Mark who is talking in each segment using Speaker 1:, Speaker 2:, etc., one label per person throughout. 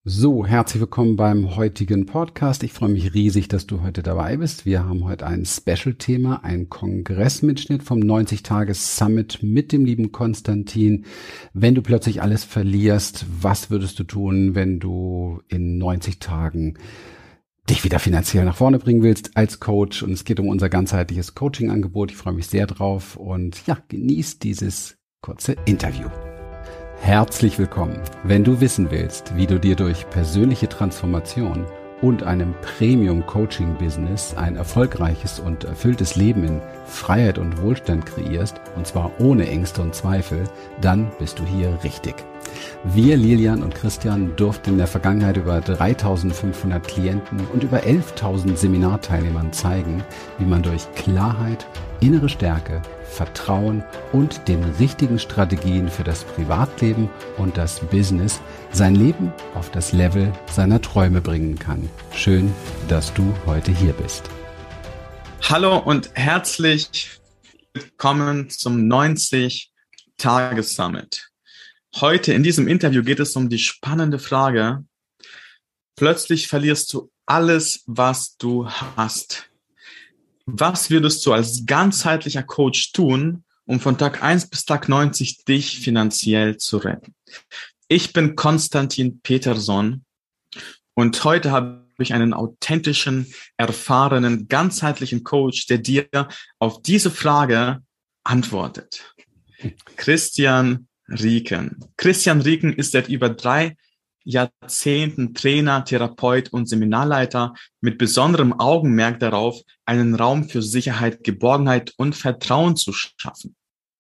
Speaker 1: So, herzlich willkommen beim heutigen Podcast. Ich freue mich riesig, dass du heute dabei bist. Wir haben heute ein Special-Thema, einen Kongressmitschnitt vom 90-Tages-Summit mit dem lieben Konstantin. Wenn du plötzlich alles verlierst, was würdest du tun, wenn du in 90 Tagen dich wieder finanziell nach vorne bringen willst als Coach? Und es geht um unser ganzheitliches Coaching-Angebot. Ich freue mich sehr drauf und ja, genieß dieses kurze Interview. Herzlich willkommen. Wenn du wissen willst, wie du dir durch persönliche Transformation und einem Premium-Coaching-Business ein erfolgreiches und erfülltes Leben in Freiheit und Wohlstand kreierst, und zwar ohne Ängste und Zweifel, dann bist du hier richtig. Wir, Lilian und Christian, durften in der Vergangenheit über 3.500 Klienten und über 11.000 Seminarteilnehmern zeigen, wie man durch Klarheit, innere Stärke, Vertrauen und den richtigen Strategien für das Privatleben und das Business sein Leben auf das Level seiner Träume bringen kann. Schön, dass du heute hier bist.
Speaker 2: Hallo und herzlich willkommen zum 90-Tages-Summit. Heute in diesem Interview geht es um die spannende Frage: Plötzlich verlierst du alles, was du hast. Was würdest du als ganzheitlicher Coach tun, um von Tag 1 bis Tag 90 dich finanziell zu retten? Ich bin Konstantin Peterson und heute habe ich einen authentischen, erfahrenen, ganzheitlichen Coach, der dir auf diese Frage antwortet. Christian Rieken. Christian Rieken ist seit über 3 Jahrzehnten Trainer, Therapeut und Seminarleiter mit besonderem Augenmerk darauf, einen Raum für Sicherheit, Geborgenheit und Vertrauen zu schaffen,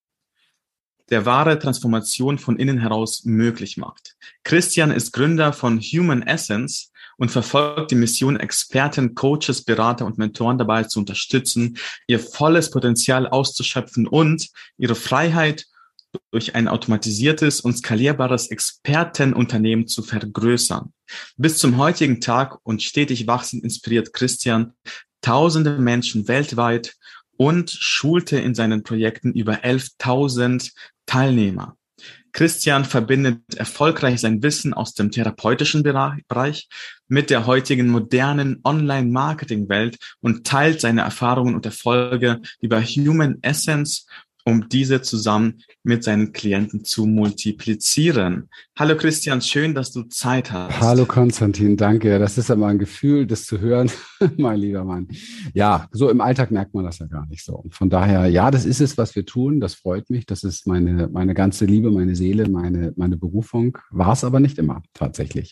Speaker 2: der wahre Transformation von innen heraus möglich macht. Christian ist Gründer von Human Essence und verfolgt die Mission, Experten, Coaches, Berater und Mentoren dabei zu unterstützen, ihr volles Potenzial auszuschöpfen und ihre Freiheit durch ein automatisiertes und skalierbares Expertenunternehmen zu vergrößern. Bis zum heutigen Tag und stetig wachsend inspiriert Christian tausende Menschen weltweit und schulte in seinen Projekten über 11.000 Teilnehmer. Christian verbindet erfolgreich sein Wissen aus dem therapeutischen Bereich mit der heutigen modernen Online-Marketing-Welt und teilt seine Erfahrungen und Erfolge über Human Essence, um diese zusammen mit seinen Klienten zu multiplizieren. Hallo Christian, schön, dass du Zeit hast.
Speaker 1: Hallo Konstantin, danke. Das ist immer ein Gefühl, das zu hören, mein lieber Mann. Ja, so im Alltag merkt man das ja gar nicht so. Und von daher, ja, das ist es, was wir tun. Das freut mich. Das ist meine ganze Liebe, meine Seele, meine Berufung. War es aber nicht immer, tatsächlich.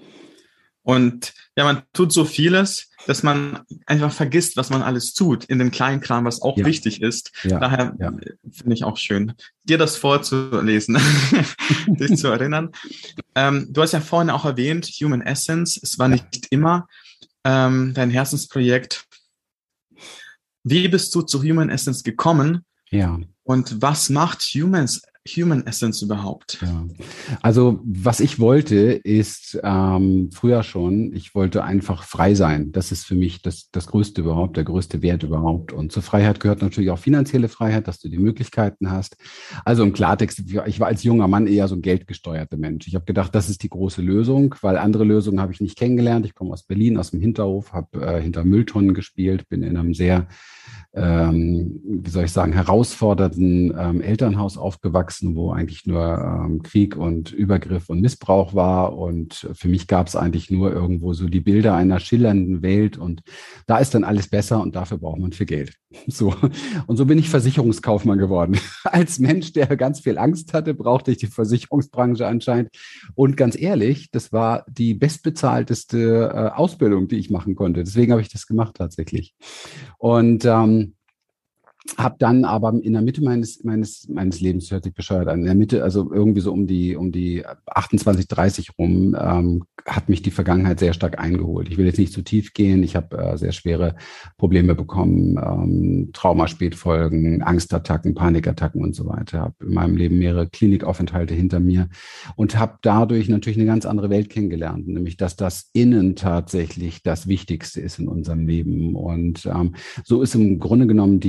Speaker 2: Und ja, man tut so vieles, dass man einfach vergisst, was man alles tut in dem kleinen Kram, was auch wichtig ist. Daher finde ich auch schön, dir das vorzulesen, dich zu erinnern. Du hast ja vorhin auch erwähnt, Human Essence, es war nicht immer dein Herzensprojekt. Wie bist du zu Human Essence gekommen?
Speaker 1: Ja.
Speaker 2: Und was macht Human Essence überhaupt?
Speaker 1: Ja. Also was ich wollte ist früher schon, ich wollte einfach frei sein. Das ist für mich das Größte überhaupt, der größte Wert überhaupt. Und zur Freiheit gehört natürlich auch finanzielle Freiheit, dass du die Möglichkeiten hast. Also im Klartext, ich war als junger Mann eher so ein geldgesteuerter Mensch. Ich habe gedacht, das ist die große Lösung, weil andere Lösungen habe ich nicht kennengelernt. Ich komme aus Berlin, aus dem Hinterhof, habe hinter Mülltonnen gespielt, bin in einem sehr herausfordernden Elternhaus aufgewachsen, wo eigentlich nur Krieg und Übergriff und Missbrauch war. Und für mich gab es eigentlich nur irgendwo so die Bilder einer schillernden Welt. Und da ist dann alles besser und dafür braucht man viel Geld. So. Und so bin ich Versicherungskaufmann geworden. Als Mensch, der ganz viel Angst hatte, brauchte ich die Versicherungsbranche anscheinend. Und ganz ehrlich, das war die bestbezahlteste Ausbildung, die ich machen konnte. Deswegen habe ich das gemacht tatsächlich. Und habe dann aber in der Mitte meines Lebens, hört sich bescheuert an, in der Mitte, also irgendwie so um die 28, 30 rum, hat mich die Vergangenheit sehr stark eingeholt. Ich will jetzt nicht zu tief gehen. Ich habe sehr schwere Probleme bekommen, Traumaspätfolgen, Angstattacken, Panikattacken und so weiter. Habe in meinem Leben mehrere Klinikaufenthalte hinter mir und habe dadurch natürlich eine ganz andere Welt kennengelernt, nämlich dass das Innen tatsächlich das Wichtigste ist in unserem Leben. Und so ist im Grunde genommen die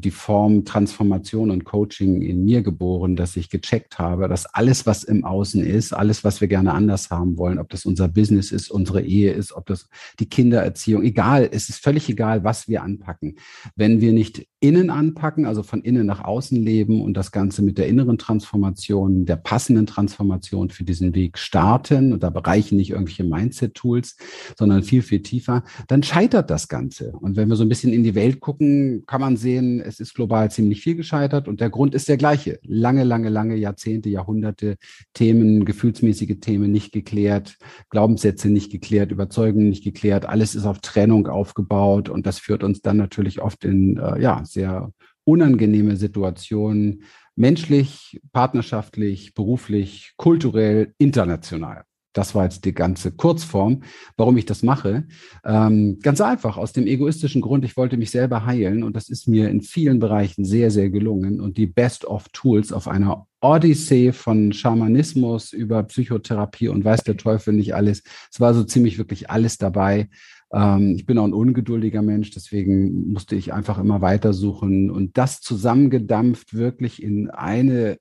Speaker 1: die Form Transformation und Coaching in mir geboren, dass ich gecheckt habe, dass alles, was im Außen ist, alles, was wir gerne anders haben wollen, ob das unser Business ist, unsere Ehe ist, ob das die Kindererziehung, egal, es ist völlig egal, was wir anpacken. Wenn wir nicht innen anpacken, also von innen nach außen leben und das Ganze mit der inneren Transformation, der passenden Transformation für diesen Weg starten, und da bereichen nicht irgendwelche Mindset-Tools, sondern viel, viel tiefer, dann scheitert das Ganze. Und wenn wir so ein bisschen in die Welt gucken, kann man sehen, es ist global ziemlich viel gescheitert und der Grund ist der gleiche. Lange, lange, lange Jahrzehnte, Jahrhunderte, Themen, gefühlsmäßige Themen nicht geklärt, Glaubenssätze nicht geklärt, Überzeugungen nicht geklärt, alles ist auf Trennung aufgebaut und das führt uns dann natürlich oft in, sehr unangenehme Situationen, menschlich, partnerschaftlich, beruflich, kulturell, international. Das war jetzt die ganze Kurzform, warum ich das mache. Ganz einfach, aus dem egoistischen Grund, ich wollte mich selber heilen und das ist mir in vielen Bereichen sehr, sehr gelungen. Und die Best-of-Tools auf einer Odyssee von Schamanismus über Psychotherapie und weiß der Teufel nicht alles. Es war so ziemlich wirklich alles dabei. Ich bin auch ein ungeduldiger Mensch, deswegen musste ich einfach immer weitersuchen und das zusammengedampft wirklich in einen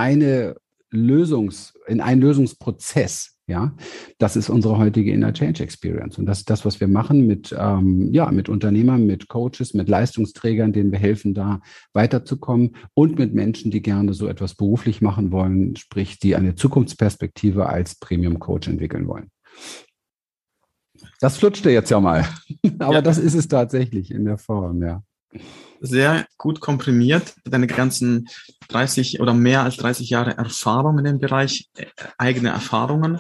Speaker 1: Lösungsprozess. Ja, das ist unsere heutige Inner Change Experience. Und das ist das, was wir machen mit Unternehmern, mit Coaches, mit Leistungsträgern, denen wir helfen, da weiterzukommen und mit Menschen, die gerne so etwas beruflich machen wollen, sprich, die eine Zukunftsperspektive als Premium Coach entwickeln wollen. Das flutschte jetzt ja mal, aber das ist es tatsächlich in der Form, ja.
Speaker 2: Sehr gut komprimiert, deine ganzen 30 oder mehr als 30 Jahre Erfahrung in dem Bereich, eigene Erfahrungen.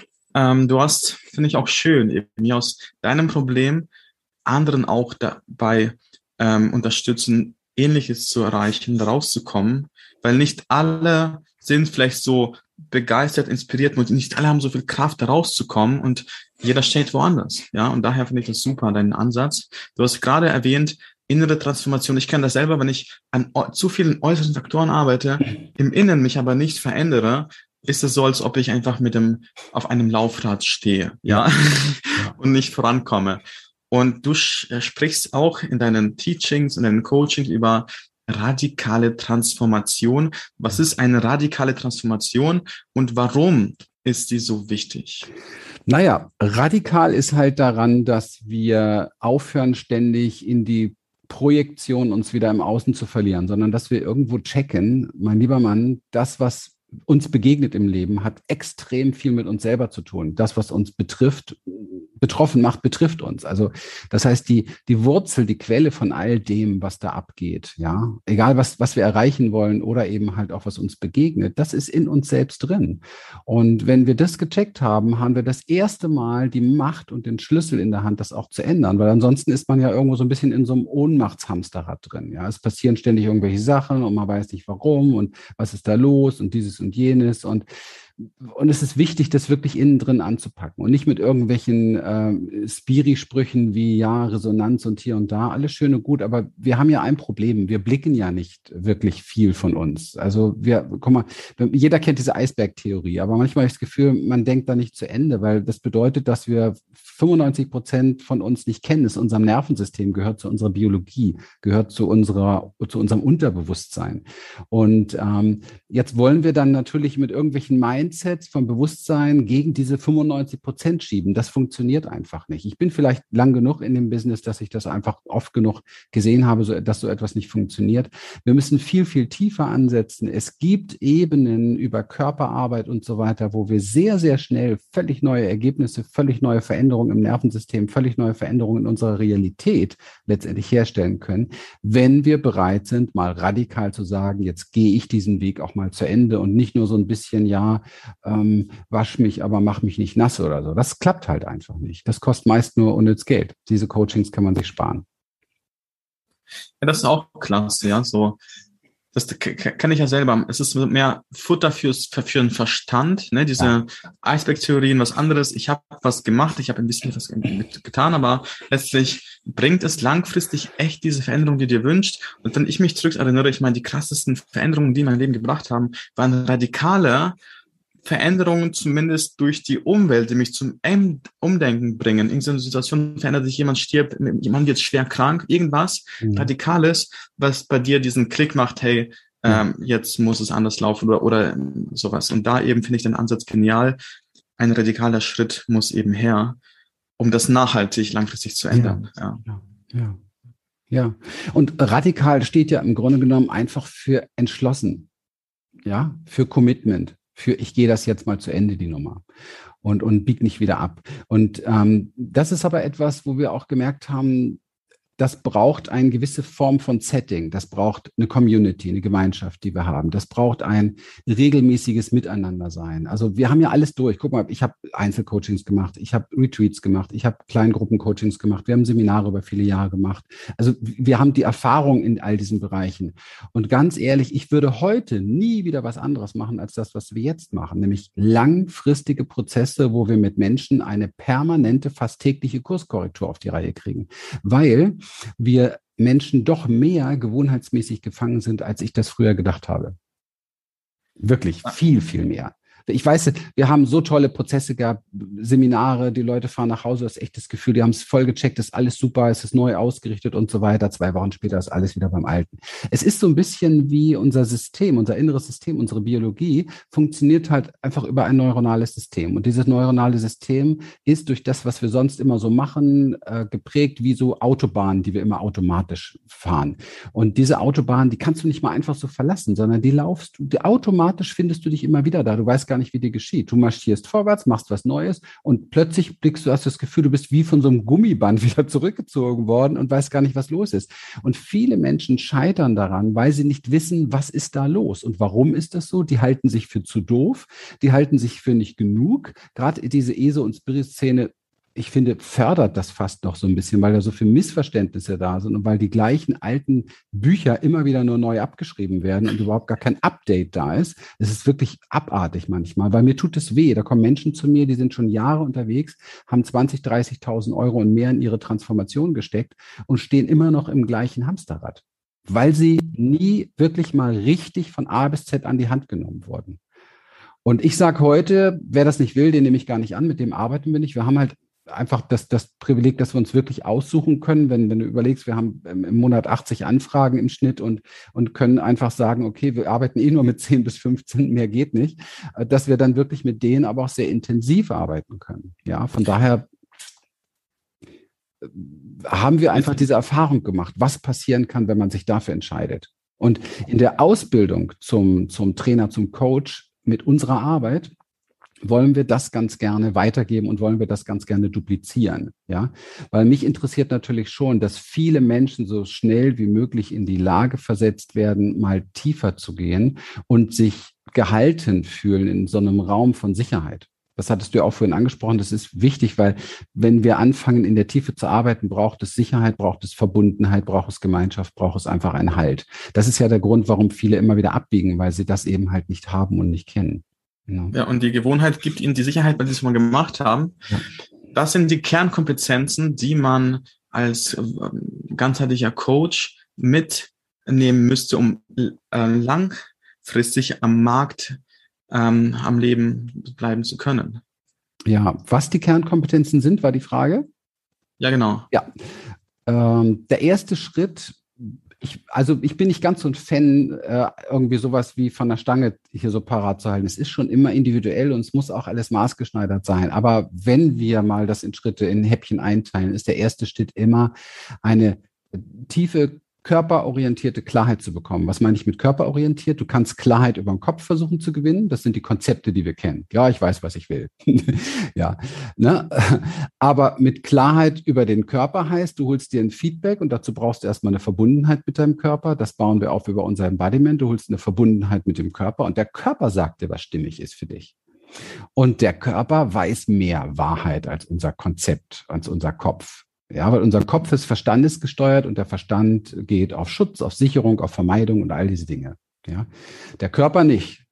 Speaker 2: Du hast, finde ich auch schön, eben aus deinem Problem anderen auch dabei unterstützen, Ähnliches zu erreichen, rauszukommen, weil nicht alle sind vielleicht so begeistert, inspiriert und nicht alle haben so viel Kraft, da rauszukommen und jeder steht woanders. Ja, und daher finde ich das super, deinen Ansatz. Du hast gerade erwähnt, innere Transformation. Ich kenne das selber, wenn ich an zu vielen äußeren Faktoren arbeite, im Innen mich aber nicht verändere, ist es so, als ob ich einfach auf einem Laufrad stehe, ja, und nicht vorankomme. Und du sprichst auch in deinen Teachings, in deinen Coachings über radikale Transformation. Was ist eine radikale Transformation und warum ist die so wichtig?
Speaker 1: Naja, radikal ist halt daran, dass wir aufhören, ständig in die Projektion uns wieder im Außen zu verlieren, sondern dass wir irgendwo checken, mein lieber Mann, das, was uns begegnet im Leben, hat extrem viel mit uns selber zu tun. Das, was uns betroffen macht, betrifft uns. Also das heißt, die Wurzel, die Quelle von all dem, was da abgeht, ja, egal was wir erreichen wollen oder eben halt auch, was uns begegnet, das ist in uns selbst drin. Und wenn wir das gecheckt haben, haben wir das erste Mal die Macht und den Schlüssel in der Hand, das auch zu ändern, weil ansonsten ist man ja irgendwo so ein bisschen in so einem Ohnmachtshamsterrad drin. Ja, es passieren ständig irgendwelche Sachen und man weiß nicht warum und was ist da los und dieses und jenes und es ist wichtig, das wirklich innen drin anzupacken und nicht mit irgendwelchen Spiri-Sprüchen wie ja, Resonanz und hier und da, alles schön und gut, aber wir haben ja ein Problem, wir blicken ja nicht wirklich viel von uns. Also guck mal, jeder kennt diese Eisbergtheorie, aber manchmal habe ich das Gefühl, man denkt da nicht zu Ende, weil das bedeutet, dass wir 95% von uns nicht kennen. Es ist unserem Nervensystem, gehört zu unserer Biologie, gehört zu unserem Unterbewusstsein. Und jetzt wollen wir dann natürlich mit irgendwelchen Mindsets vom Bewusstsein gegen diese 95% schieben. Das funktioniert einfach nicht. Ich bin vielleicht lang genug in dem Business, dass ich das einfach oft genug gesehen habe, dass so etwas nicht funktioniert. Wir müssen viel, viel tiefer ansetzen. Es gibt Ebenen über Körperarbeit und so weiter, wo wir sehr, sehr schnell völlig neue Ergebnisse, völlig neue Veränderungen im Nervensystem, völlig neue Veränderungen in unserer Realität letztendlich herstellen können, wenn wir bereit sind, mal radikal zu sagen, jetzt gehe ich diesen Weg auch mal zu Ende und nicht nur so ein bisschen, ja, wasch mich, aber mach mich nicht nass oder so. Das klappt halt einfach nicht. Das kostet meist nur unnütz Geld. Diese Coachings kann man sich sparen.
Speaker 2: Ja, das ist auch klasse, ja, so. Das kann ich ja selber. Es ist mehr Futter für den Verstand, ne? Diese Eisbergtheorien, was anderes. Ich habe was gemacht, ich habe ein bisschen was getan, aber letztlich bringt es langfristig echt diese Veränderung, die du dir wünschst. Und wenn ich mich zurück erinnere, ich meine, die krassesten Veränderungen, die in mein Leben gebracht haben, waren radikale Veränderungen zumindest durch die Umwelt, die mich zum Umdenken bringen. In so einer Situation verändert sich jemand, stirbt, jemand wird schwer krank, irgendwas Radikales, was bei dir diesen Klick macht, hey, jetzt muss es anders laufen oder sowas. Und da eben finde ich den Ansatz genial. Ein radikaler Schritt muss eben her, um das nachhaltig, langfristig zu ändern.
Speaker 1: Ja. Und radikal steht ja im Grunde genommen einfach für entschlossen. Ja, für Commitment, für ich gehe das jetzt mal zu Ende, die Nummer und bieg nicht wieder ab. Und das ist aber etwas, wo wir auch gemerkt haben, das braucht eine gewisse Form von Setting. Das braucht eine Community, eine Gemeinschaft, die wir haben. Das braucht ein regelmäßiges Miteinandersein. Also wir haben ja alles durch. Guck mal, ich habe Einzelcoachings gemacht, ich habe Retreats gemacht, ich habe Kleingruppencoachings gemacht, wir haben Seminare über viele Jahre gemacht. Also wir haben die Erfahrung in all diesen Bereichen. Und ganz ehrlich, ich würde heute nie wieder was anderes machen als das, was wir jetzt machen, nämlich langfristige Prozesse, wo wir mit Menschen eine permanente, fast tägliche Kurskorrektur auf die Reihe kriegen. Weil wir Menschen doch mehr gewohnheitsmäßig gefangen sind, als ich das früher gedacht habe. Wirklich viel, viel mehr. Ich weiß, wir haben so tolle Prozesse gehabt, Seminare, die Leute fahren nach Hause, das ist echt das Gefühl, die haben es voll gecheckt, ist alles super, es ist neu ausgerichtet und so weiter. 2 Wochen später ist alles wieder beim Alten. Es ist so ein bisschen wie unser System, unser inneres System, unsere Biologie funktioniert halt einfach über ein neuronales System. Und dieses neuronale System ist durch das, was wir sonst immer so machen, geprägt wie so Autobahnen, die wir immer automatisch fahren. Und diese Autobahn, die kannst du nicht mal einfach so verlassen, sondern automatisch findest du dich immer wieder da. Du weißt gar nicht, wie dir geschieht. Du marschierst vorwärts, machst was Neues und plötzlich hast du das Gefühl, du bist wie von so einem Gummiband wieder zurückgezogen worden und weißt gar nicht, was los ist. Und viele Menschen scheitern daran, weil sie nicht wissen, was ist da los und warum ist das so? Die halten sich für zu doof, die halten sich für nicht genug. Gerade diese ESO- und Spirit-Szene, ich finde, fördert das fast noch so ein bisschen, weil da so viele Missverständnisse da sind und weil die gleichen alten Bücher immer wieder nur neu abgeschrieben werden und überhaupt gar kein Update da ist. Es ist wirklich abartig manchmal, weil mir tut es weh. Da kommen Menschen zu mir, die sind schon Jahre unterwegs, haben 20.000, 30.000 Euro und mehr in ihre Transformation gesteckt und stehen immer noch im gleichen Hamsterrad, weil sie nie wirklich mal richtig von A bis Z an die Hand genommen wurden. Und ich sage heute, wer das nicht will, den nehme ich gar nicht an, mit dem arbeiten wir nicht. Wir haben halt einfach das Privileg, dass wir uns wirklich aussuchen können, wenn du überlegst, wir haben im Monat 80 Anfragen im Schnitt und können einfach sagen, okay, wir arbeiten nur mit 10 bis 15, mehr geht nicht, dass wir dann wirklich mit denen aber auch sehr intensiv arbeiten können. Ja, von daher haben wir einfach diese Erfahrung gemacht, was passieren kann, wenn man sich dafür entscheidet. Und in der Ausbildung zum Trainer, zum Coach mit unserer Arbeit wollen wir das ganz gerne weitergeben und wollen wir das ganz gerne duplizieren, ja? Weil mich interessiert natürlich schon, dass viele Menschen so schnell wie möglich in die Lage versetzt werden, mal tiefer zu gehen und sich gehalten fühlen in so einem Raum von Sicherheit. Das hattest du ja auch vorhin angesprochen. Das ist wichtig, weil wenn wir anfangen, in der Tiefe zu arbeiten, braucht es Sicherheit, braucht es Verbundenheit, braucht es Gemeinschaft, braucht es einfach einen Halt. Das ist ja der Grund, warum viele immer wieder abbiegen, weil sie das eben halt nicht haben und nicht kennen. Genau.
Speaker 2: Ja, und die Gewohnheit gibt ihnen die Sicherheit, weil sie es mal gemacht haben. Ja. Das sind die Kernkompetenzen, die man als ganzheitlicher Coach mitnehmen müsste, um langfristig am Markt, am Leben bleiben zu können.
Speaker 1: Ja, was die Kernkompetenzen sind, war die Frage?
Speaker 2: Ja, genau.
Speaker 1: Ja, der erste Schritt, ich bin nicht ganz so ein Fan, irgendwie sowas wie von der Stange hier so parat zu halten. Es ist schon immer individuell und es muss auch alles maßgeschneidert sein. Aber wenn wir mal das in Schritte, in Häppchen einteilen, ist der erste Schritt immer eine tiefe, körperorientierte Klarheit zu bekommen. Was meine ich mit körperorientiert? Du kannst Klarheit über den Kopf versuchen zu gewinnen. Das sind die Konzepte, die wir kennen. Ja, ich weiß, was ich will. Ja, ne? Aber mit Klarheit über den Körper heißt, du holst dir ein Feedback und dazu brauchst du erstmal eine Verbundenheit mit deinem Körper. Das bauen wir auf über unser Embodiment. Du holst eine Verbundenheit mit dem Körper und der Körper sagt dir, was stimmig ist für dich. Und der Körper weiß mehr Wahrheit als unser Konzept, als unser Kopf. Ja, weil unser Kopf ist verstandesgesteuert und der Verstand geht auf Schutz, auf Sicherung, auf Vermeidung und all diese Dinge. Ja, der Körper nicht.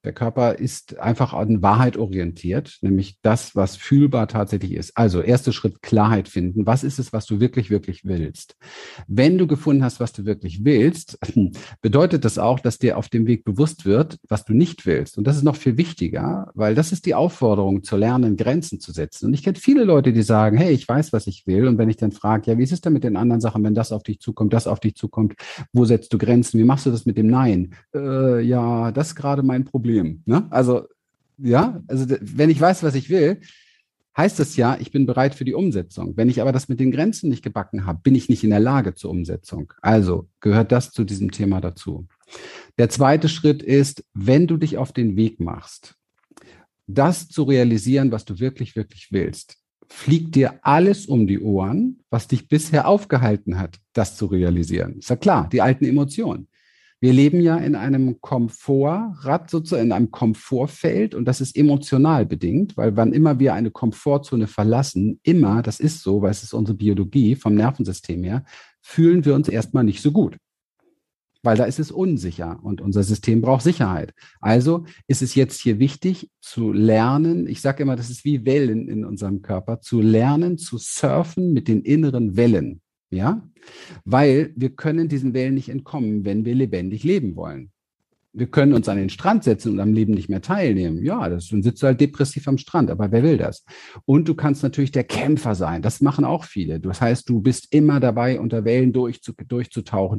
Speaker 1: Der Körper ist einfach an Wahrheit orientiert, nämlich das, was fühlbar tatsächlich ist. Also erster Schritt, Klarheit finden. Was ist es, was du wirklich, wirklich willst? Wenn du gefunden hast, was du wirklich willst, bedeutet das auch, dass dir auf dem Weg bewusst wird, was du nicht willst. Und das ist noch viel wichtiger, weil das ist die Aufforderung, zu lernen, Grenzen zu setzen. Und ich kenne viele Leute, die sagen, hey, ich weiß, was ich will. Und wenn ich dann frage, ja, wie ist es denn mit den anderen Sachen, wenn das auf dich zukommt, das auf dich zukommt, wo setzt du Grenzen? Wie machst du das mit dem Nein? Ja, das ist gerade mein Problem. Ne? Also, ja, also wenn ich weiß, was ich will, heißt das ja, ich bin bereit für die Umsetzung. Wenn ich aber das mit den Grenzen nicht gebacken habe, bin ich nicht in der Lage zur Umsetzung. Also gehört das zu diesem Thema dazu. Der zweite Schritt ist, wenn du dich auf den Weg machst, das zu realisieren, was du wirklich, wirklich willst, fliegt dir alles um die Ohren, was dich bisher aufgehalten hat, das zu realisieren. Ist ja klar, die alten Emotionen. Wir leben ja in einem Komfortrad, sozusagen in einem Komfortfeld, und das ist emotional bedingt, weil wann immer wir eine Komfortzone verlassen, immer, das ist so, weil es ist unsere Biologie vom Nervensystem her, fühlen wir uns erstmal nicht so gut, weil da ist es unsicher und unser System braucht Sicherheit. Also ist es jetzt hier wichtig zu lernen, ich sage immer, das ist wie Wellen in unserem Körper, zu lernen, zu surfen mit den inneren Wellen. Ja, weil wir können diesen Wellen nicht entkommen, wenn wir lebendig leben wollen. Wir können uns an den Strand setzen und am Leben nicht mehr teilnehmen. Ja, dann sitzt du halt depressiv am Strand, aber wer will das? Und du kannst natürlich der Kämpfer sein. Das machen auch viele. Das heißt, du bist immer dabei, unter Wellen durchzutauchen.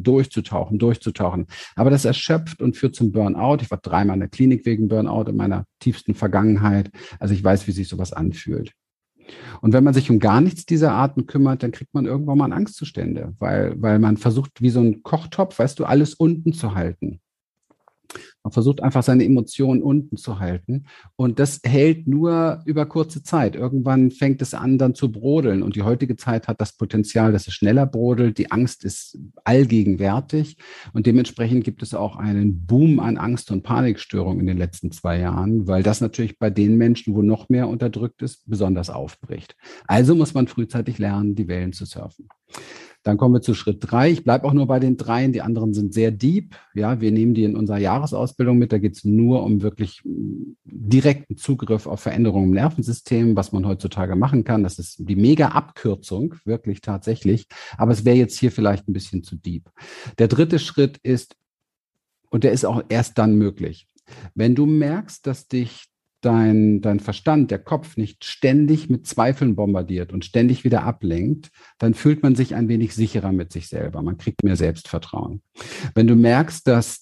Speaker 1: Aber das erschöpft und führt zum Burnout. Ich war 3-mal in der Klinik wegen Burnout in meiner tiefsten Vergangenheit. Also ich weiß, wie sich sowas anfühlt. Und wenn man sich um gar nichts dieser Arten kümmert, dann kriegt man irgendwann mal Angstzustände, weil man versucht, wie so ein Kochtopf, weißt du, alles unten zu halten. Man versucht einfach seine Emotionen unten zu halten, und das hält nur über kurze Zeit. Irgendwann fängt es an, dann zu brodeln, und die heutige Zeit hat das Potenzial, dass es schneller brodelt. Die Angst ist allgegenwärtig, und dementsprechend gibt es auch einen Boom an Angst- und Panikstörungen in den letzten 2 Jahren, weil das natürlich bei den Menschen, wo noch mehr unterdrückt ist, besonders aufbricht. Also muss man frühzeitig lernen, die Wellen zu surfen. Dann kommen wir zu Schritt 3. Ich bleibe auch nur bei den 3. Die anderen sind sehr deep. Ja, wir nehmen die in unserer Jahresausbildung mit. Da geht es nur um wirklich direkten Zugriff auf Veränderungen im Nervensystem, was man heutzutage machen kann. Das ist die Mega-Abkürzung, wirklich tatsächlich. Aber es wäre jetzt hier vielleicht ein bisschen zu deep. Der 3. Schritt ist, und der ist auch erst dann möglich, wenn du merkst, dass dich dein Verstand, der Kopf nicht ständig mit Zweifeln bombardiert und ständig wieder ablenkt, dann fühlt man sich ein wenig sicherer mit sich selber. Man kriegt mehr Selbstvertrauen. Wenn du merkst, dass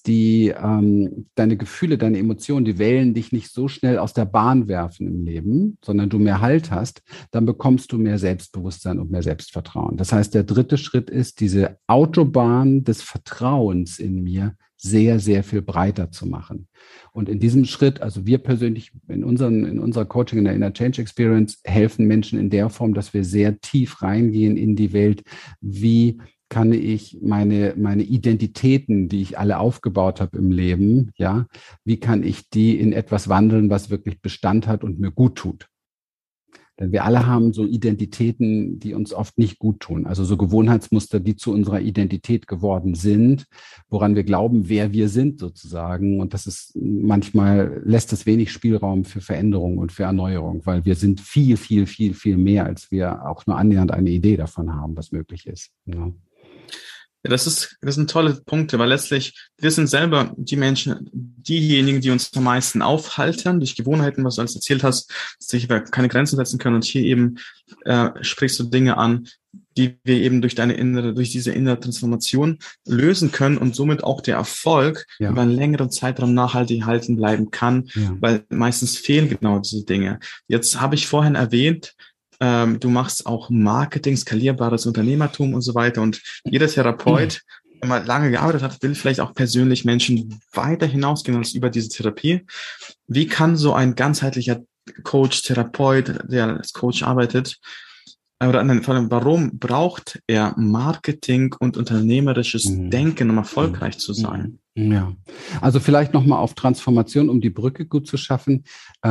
Speaker 1: deine Gefühle, deine Emotionen, die Wellen dich nicht so schnell aus der Bahn werfen im Leben, sondern du mehr Halt hast, dann bekommst du mehr Selbstbewusstsein und mehr Selbstvertrauen. Das heißt, der 3. Schritt ist, diese Autobahn des Vertrauens in mir sehr, sehr viel breiter zu machen. Und in diesem Schritt, also wir persönlich in unserer Coaching, in der Inner Change Experience, helfen Menschen in der Form, dass wir sehr tief reingehen in die Welt. Wie kann ich meine Identitäten, die ich alle aufgebaut habe im Leben, ja, wie kann ich die in etwas wandeln, was wirklich Bestand hat und mir gut tut? Denn wir alle haben so Identitäten, die uns oft nicht gut tun. Also so Gewohnheitsmuster, die zu unserer Identität geworden sind, woran wir glauben, wer wir sind sozusagen. Und das ist manchmal, lässt es wenig Spielraum für Veränderung und für Erneuerung, weil wir sind viel, viel, viel, viel mehr, als wir auch nur annähernd eine Idee davon haben, was möglich ist. Ja.
Speaker 2: Ja, das sind tolle Punkte, weil letztlich, wir sind selber die Menschen, diejenigen, die uns am meisten aufhalten, durch Gewohnheiten, was du alles erzählt hast, dass wir keine Grenzen setzen können. Und hier eben sprichst du Dinge an, die wir eben durch diese innere Transformation lösen können und somit auch der Erfolg über einen längeren Zeitraum nachhaltig halten bleiben kann, weil meistens fehlen genau diese Dinge. Jetzt habe ich vorhin erwähnt, du machst auch Marketing, skalierbares Unternehmertum und so weiter. Und jeder Therapeut, der mal lange gearbeitet hat, will vielleicht auch persönlich Menschen weiter hinausgehen als über diese Therapie. Wie kann so ein ganzheitlicher Coach, Therapeut, der als Coach arbeitet, oder vor allem, warum braucht er Marketing und unternehmerisches Denken, um erfolgreich zu sein?
Speaker 1: Ja, also vielleicht nochmal auf Transformation, um die Brücke gut zu schaffen.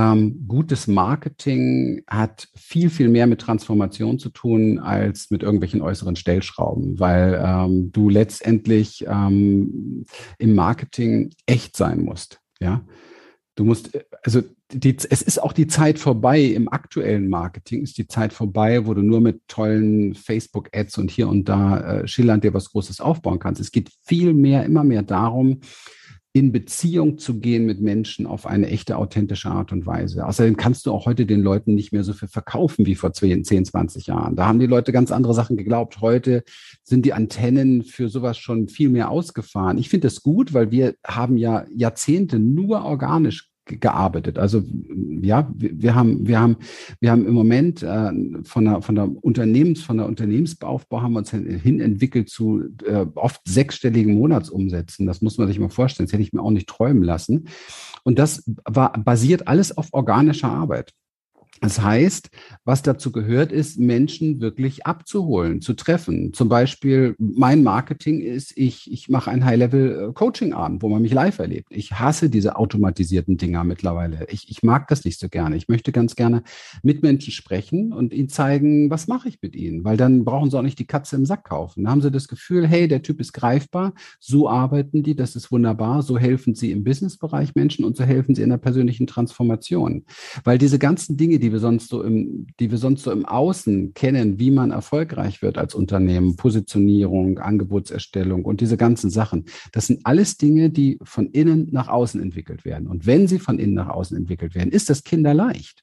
Speaker 1: Gutes Marketing hat viel, viel mehr mit Transformation zu tun als mit irgendwelchen äußeren Stellschrauben, weil du letztendlich im Marketing echt sein musst. Ja. Du musst, also es ist auch die Zeit vorbei, im aktuellen Marketing ist die Zeit vorbei, wo du nur mit tollen Facebook-Ads und hier und da schillernd dir was Großes aufbauen kannst. Es geht viel mehr, immer mehr darum, in Beziehung zu gehen mit Menschen auf eine echte, authentische Art und Weise. Außerdem kannst du auch heute den Leuten nicht mehr so viel verkaufen wie vor 10, 20 Jahren. Da haben die Leute ganz andere Sachen geglaubt. Heute sind die Antennen für sowas schon viel mehr ausgefahren. Ich finde das gut, weil wir haben ja Jahrzehnte nur organisch gearbeitet. Also ja, wir haben im Moment von der Unternehmensaufbau haben wir uns hin entwickelt zu oft sechsstelligen Monatsumsätzen. Das muss man sich mal vorstellen. Das hätte ich mir auch nicht träumen lassen. Und das basiert alles auf organischer Arbeit. Das heißt, was dazu gehört, ist, Menschen wirklich abzuholen, zu treffen. Zum Beispiel mein Marketing ist, ich mache ein High-Level-Coaching-Abend, wo man mich live erlebt. Ich hasse diese automatisierten Dinger mittlerweile. Ich mag das nicht so gerne. Ich möchte ganz gerne mit Menschen sprechen und ihnen zeigen, was mache ich mit ihnen. Weil dann brauchen sie auch nicht die Katze im Sack kaufen. Dann haben sie das Gefühl, hey, der Typ ist greifbar, so arbeiten die, das ist wunderbar, so helfen sie im Businessbereich Menschen und so helfen sie in der persönlichen Transformation. Weil diese ganzen Dinge, die wir sonst so im Außen kennen, wie man erfolgreich wird als Unternehmen, Positionierung, Angebotserstellung und diese ganzen Sachen. Das sind alles Dinge, die von innen nach außen entwickelt werden. Und wenn sie von innen nach außen entwickelt werden, ist das kinderleicht.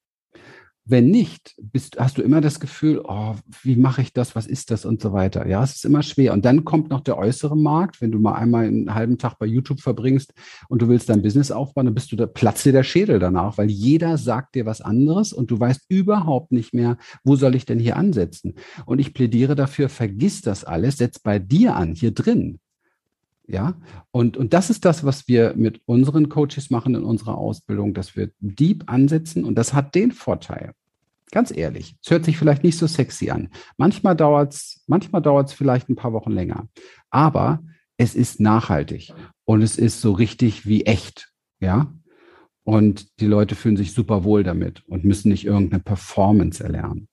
Speaker 1: Wenn nicht, hast du immer das Gefühl, oh, wie mache ich das, was ist das und so weiter. Ja, es ist immer schwer. Und dann kommt noch der äußere Markt. Wenn du mal einmal einen halben Tag bei YouTube verbringst und du willst dein Business aufbauen, dann platzt dir der Schädel danach, weil jeder sagt dir was anderes und du weißt überhaupt nicht mehr, wo soll ich denn hier ansetzen. Und ich plädiere dafür, vergiss das alles, setz bei dir an, hier drin. Ja, und das ist das, was wir mit unseren Coaches machen in unserer Ausbildung, dass wir deep ansetzen und das hat den Vorteil. Ganz ehrlich, es hört sich vielleicht nicht so sexy an. Manchmal dauert's vielleicht ein paar Wochen länger, aber es ist nachhaltig und es ist so richtig wie echt, ja. Und die Leute fühlen sich super wohl damit und müssen nicht irgendeine Performance erlernen.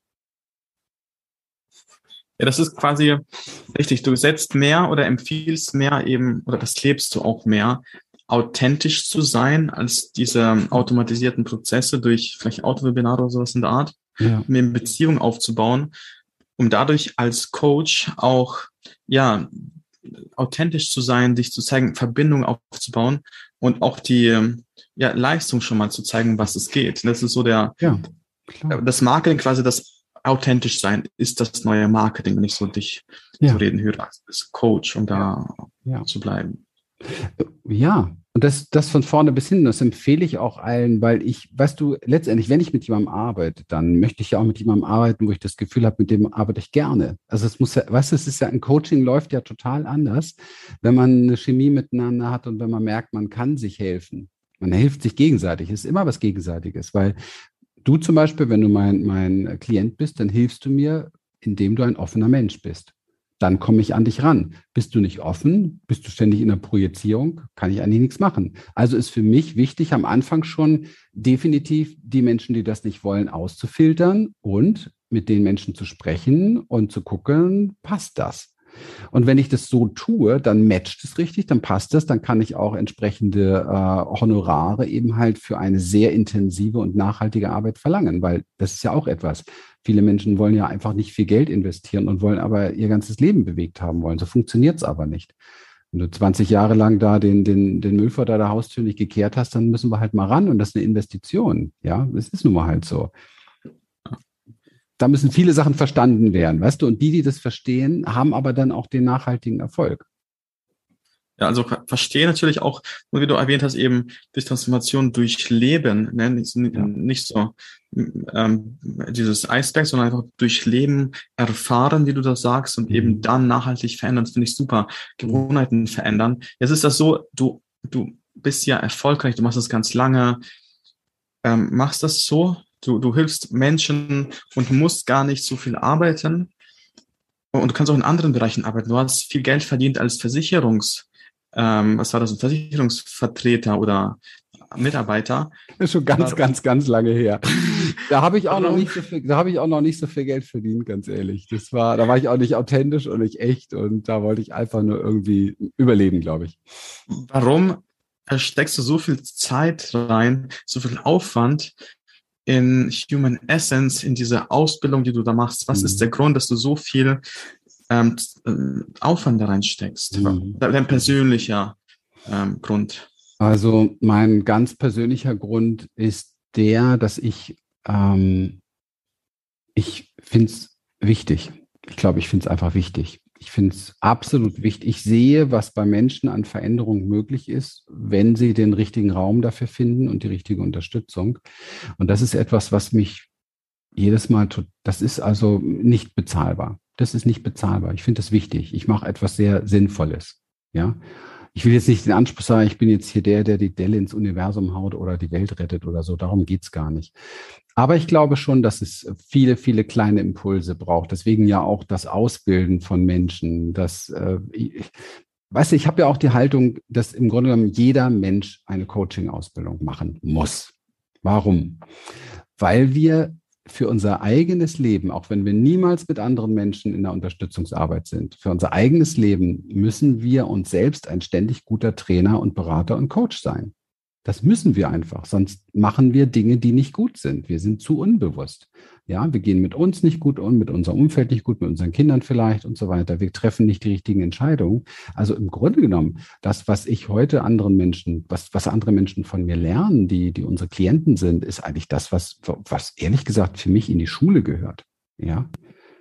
Speaker 2: Ja, das ist quasi richtig. Du setzt mehr oder empfiehlst mehr eben, oder das lebst du auch mehr, authentisch zu sein, als diese automatisierten Prozesse durch vielleicht Autowebinare oder sowas in der Art, mir eine Beziehung aufzubauen, um dadurch als Coach auch, ja, authentisch zu sein, dich zu zeigen, Verbindung aufzubauen und auch die, ja, Leistung schon mal zu zeigen, was es geht. Das ist so das Marketing quasi, das authentisch sein ist das neue Marketing, wenn ich so dich so reden höre, als Coach, um da zu bleiben.
Speaker 1: Ja, und das von vorne bis hinten, das empfehle ich auch allen, weil weißt du, letztendlich, wenn ich mit jemandem arbeite, dann möchte ich ja auch mit jemandem arbeiten, wo ich das Gefühl habe, mit dem arbeite ich gerne. Also es muss ja, weißt du, es ist ja, ein Coaching läuft ja total anders, wenn man eine Chemie miteinander hat und wenn man merkt, man kann sich helfen. Man hilft sich gegenseitig. Es ist immer was Gegenseitiges, weil du zum Beispiel, wenn du mein Klient bist, dann hilfst du mir, indem du ein offener Mensch bist. Dann komme ich an dich ran. Bist du nicht offen, bist du ständig in der Projizierung, kann ich eigentlich nichts machen. Also ist für mich wichtig, am Anfang schon definitiv die Menschen, die das nicht wollen, auszufiltern und mit den Menschen zu sprechen und zu gucken, passt das? Und wenn ich das so tue, dann matcht es richtig, dann passt es, dann kann ich auch entsprechende Honorare eben halt für eine sehr intensive und nachhaltige Arbeit verlangen, weil das ist ja auch etwas. Viele Menschen wollen ja einfach nicht viel Geld investieren und wollen aber ihr ganzes Leben bewegt haben wollen. So funktioniert es aber nicht. Wenn du 20 Jahre lang da den Müll vor deiner Haustür nicht gekehrt hast, dann müssen wir halt mal ran und das ist eine Investition. Ja, das ist nun mal halt so. Da müssen viele Sachen verstanden werden, weißt du? Und die das verstehen, haben aber dann auch den nachhaltigen Erfolg.
Speaker 2: Ja, also verstehe natürlich auch, wie du erwähnt hast, eben durch Transformation durchleben, ne? Nicht so dieses Eisberg, sondern einfach durchleben, erfahren, wie du das sagst, und eben dann nachhaltig verändern. Das finde ich super. Gewohnheiten verändern. Jetzt ist das so, du bist ja erfolgreich, du machst das ganz lange, machst das so, du hilfst Menschen und musst gar nicht so viel arbeiten. Und du kannst auch in anderen Bereichen arbeiten. Du hast viel Geld verdient als was war das, ein Versicherungsvertreter oder Mitarbeiter.
Speaker 1: Das ist schon ganz lange her. Da habe ich auch noch nicht so viel Geld verdient, ganz ehrlich. Da war ich auch nicht authentisch und nicht echt und da wollte ich einfach nur irgendwie überleben, glaube ich.
Speaker 2: Warum steckst du so viel Zeit rein, so viel Aufwand in Human Essence, in diese Ausbildung, die du da machst? Was ist der Grund, dass du so viel Aufwand da reinsteckst? Dein persönlicher Grund?
Speaker 1: Also mein ganz persönlicher Grund ist der, dass ich finde es wichtig. Ich glaube, ich finde es einfach wichtig. Ich finde es absolut wichtig. Ich sehe, was bei Menschen an Veränderung möglich ist, wenn sie den richtigen Raum dafür finden und die richtige Unterstützung. Und das ist etwas, was mich jedes Mal tut. Das ist also nicht bezahlbar. Das ist nicht bezahlbar. Ich finde das wichtig. Ich mache etwas sehr Sinnvolles. Ja. Ich will jetzt nicht den Anspruch sagen, ich bin jetzt hier der die Delle ins Universum haut oder die Welt rettet oder so. Darum geht's gar nicht. Aber ich glaube schon, dass es viele, viele kleine Impulse braucht. Deswegen ja auch das Ausbilden von Menschen. Weißt du, ich habe ja auch die Haltung, dass im Grunde genommen jeder Mensch eine Coaching-Ausbildung machen muss. Warum? Weil wir für unser eigenes Leben, auch wenn wir niemals mit anderen Menschen in der Unterstützungsarbeit sind, für unser eigenes Leben müssen wir uns selbst ein ständig guter Trainer und Berater und Coach sein. Das müssen wir einfach, sonst machen wir Dinge, die nicht gut sind. Wir sind zu unbewusst. Ja, wir gehen mit uns nicht gut um, mit unserem Umfeld nicht gut, mit unseren Kindern vielleicht und so weiter. Wir treffen nicht die richtigen Entscheidungen. Also im Grunde genommen, das, was ich heute anderen Menschen, was andere Menschen von mir lernen, die unsere Klienten sind, ist eigentlich das, was ehrlich gesagt für mich in die Schule gehört. Ja.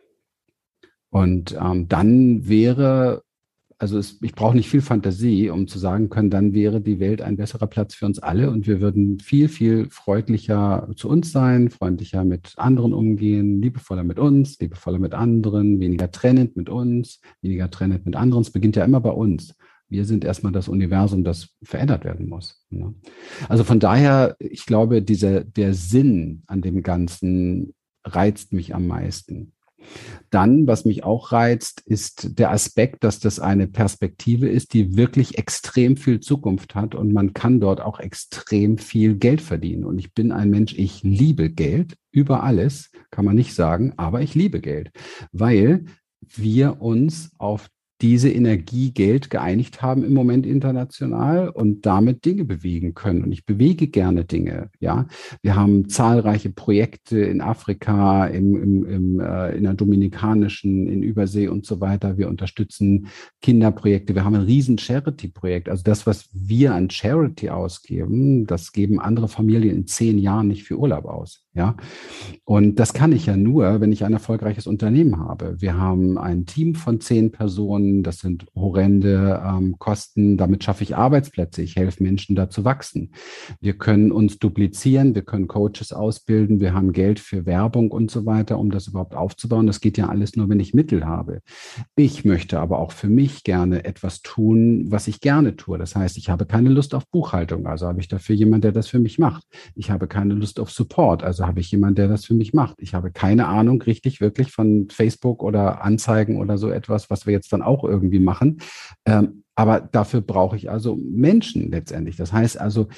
Speaker 1: Und dann wäre ich brauche nicht viel Fantasie, um zu sagen können, dann wäre die Welt ein besserer Platz für uns alle und wir würden viel, viel freundlicher zu uns sein, freundlicher mit anderen umgehen, liebevoller mit uns, liebevoller mit anderen, weniger trennend mit uns, weniger trennend mit anderen. Es beginnt ja immer bei uns. Wir sind erstmal das Universum, das verändert werden muss. Ne? Also von daher, ich glaube, der Sinn an dem Ganzen reizt mich am meisten. Dann, was mich auch reizt, ist der Aspekt, dass das eine Perspektive ist, die wirklich extrem viel Zukunft hat und man kann dort auch extrem viel Geld verdienen. Und ich bin ein Mensch, ich liebe Geld über alles, kann man nicht sagen, aber ich liebe Geld, weil wir uns auf diese Energie Geld geeinigt haben im Moment international und damit Dinge bewegen können. Und ich bewege gerne Dinge. Ja, wir haben zahlreiche Projekte in Afrika, in der Dominikanischen, in Übersee und so weiter. Wir unterstützen Kinderprojekte. Wir haben ein riesen Charity-Projekt. Also das, was wir an Charity ausgeben, das geben andere Familien in 10 Jahren nicht für Urlaub aus. Ja, und das kann ich ja nur, wenn ich ein erfolgreiches Unternehmen habe. Wir haben ein Team von 10 Personen, das sind horrende Kosten. Damit schaffe ich Arbeitsplätze. Ich helfe Menschen da zu wachsen. Wir können uns duplizieren, wir können Coaches ausbilden, wir haben Geld für Werbung und so weiter, um das überhaupt aufzubauen. Das geht ja alles nur, wenn ich Mittel habe. Ich möchte aber auch für mich gerne etwas tun, was ich gerne tue. Das heißt, ich habe keine Lust auf Buchhaltung, also habe ich dafür jemanden, der das für mich macht. Ich habe keine Lust auf Support, also habe ich jemanden, der das für mich macht. Ich habe keine Ahnung richtig wirklich von Facebook oder Anzeigen oder so etwas, was wir jetzt dann auch irgendwie machen. Aber dafür brauche ich also Menschen letztendlich. Das heißt also,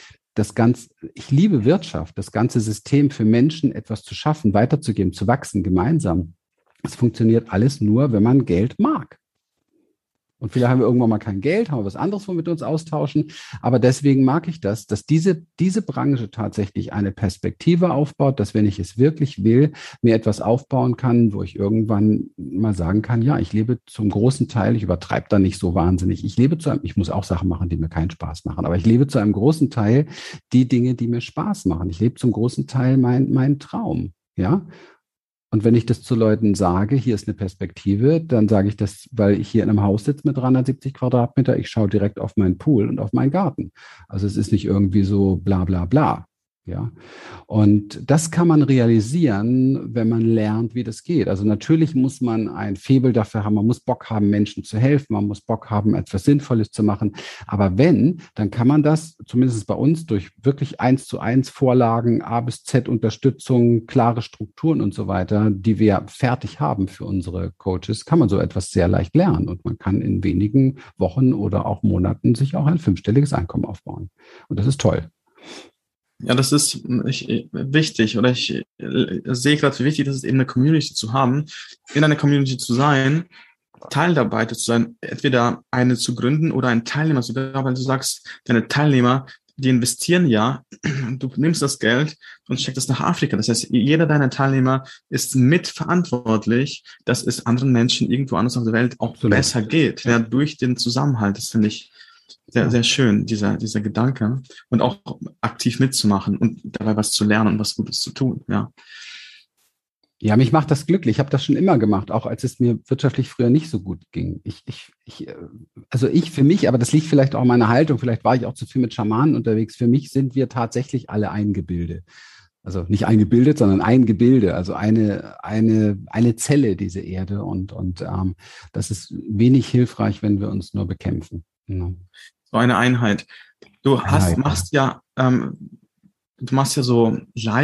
Speaker 1: ich liebe Wirtschaft, das ganze System für Menschen etwas zu schaffen, weiterzugeben, zu wachsen, gemeinsam. Es funktioniert alles nur, wenn man Geld mag. Und vielleicht haben wir irgendwann mal kein Geld, haben wir was anderes, womit wir uns austauschen. Aber deswegen mag ich das, dass diese Branche tatsächlich eine Perspektive aufbaut, dass wenn ich es wirklich will, mir etwas aufbauen kann, wo ich irgendwann mal sagen kann, ja, ich lebe zum großen Teil, ich übertreibe da nicht so wahnsinnig, ich muss auch Sachen machen, die mir keinen Spaß machen, aber ich lebe zu einem großen Teil die Dinge, die mir Spaß machen. Ich lebe zum großen Teil meinen Traum, ja. Und wenn ich das zu Leuten sage, hier ist eine Perspektive, dann sage ich das, weil ich hier in einem Haus sitze mit 370 Quadratmeter, ich schaue direkt auf meinen Pool und auf meinen Garten. Also es ist nicht irgendwie so bla bla bla. Ja, und das kann man realisieren, wenn man lernt, wie das geht. Also natürlich muss man ein Faible dafür haben, man muss Bock haben, Menschen zu helfen, man muss Bock haben, etwas Sinnvolles zu machen. Aber dann kann man das, zumindest bei uns, durch wirklich 1:1 Vorlagen, A bis Z Unterstützung, klare Strukturen und so weiter, die wir fertig haben für unsere Coaches, kann man so etwas sehr leicht lernen. Und man kann in wenigen Wochen oder auch Monaten sich auch ein 5-stelliges Einkommen aufbauen. Und das ist toll.
Speaker 2: Ja, das ist wichtig, oder ich sehe gerade, wie wichtig das ist, eben eine Community zu haben, in einer Community zu sein, Teil dabei zu sein, entweder eine zu gründen oder einen Teilnehmer sogar, weil du sagst, deine Teilnehmer, die investieren ja, du nimmst das Geld und steckst es nach Afrika. Das heißt, jeder deiner Teilnehmer ist mitverantwortlich, dass es anderen Menschen irgendwo anders auf der Welt auch
Speaker 1: Absolut.
Speaker 2: besser geht, ja, durch den Zusammenhalt. Das finde ich sehr, sehr schön, dieser Gedanke. Und auch aktiv mitzumachen und dabei was zu lernen und was Gutes zu tun, ja.
Speaker 1: Ja, mich macht das glücklich. Ich habe das schon immer gemacht, auch als es mir wirtschaftlich früher nicht so gut ging. Also ich für mich, aber das liegt vielleicht auch an meiner Haltung, vielleicht war ich auch zu viel mit Schamanen unterwegs. Für mich sind wir tatsächlich alle ein Gebilde. Also nicht eingebildet, sondern ein Gebilde, also eine Zelle, diese Erde. Und das ist wenig hilfreich, wenn wir uns nur bekämpfen. Ja.
Speaker 2: So eine Einheit. Du machst ja so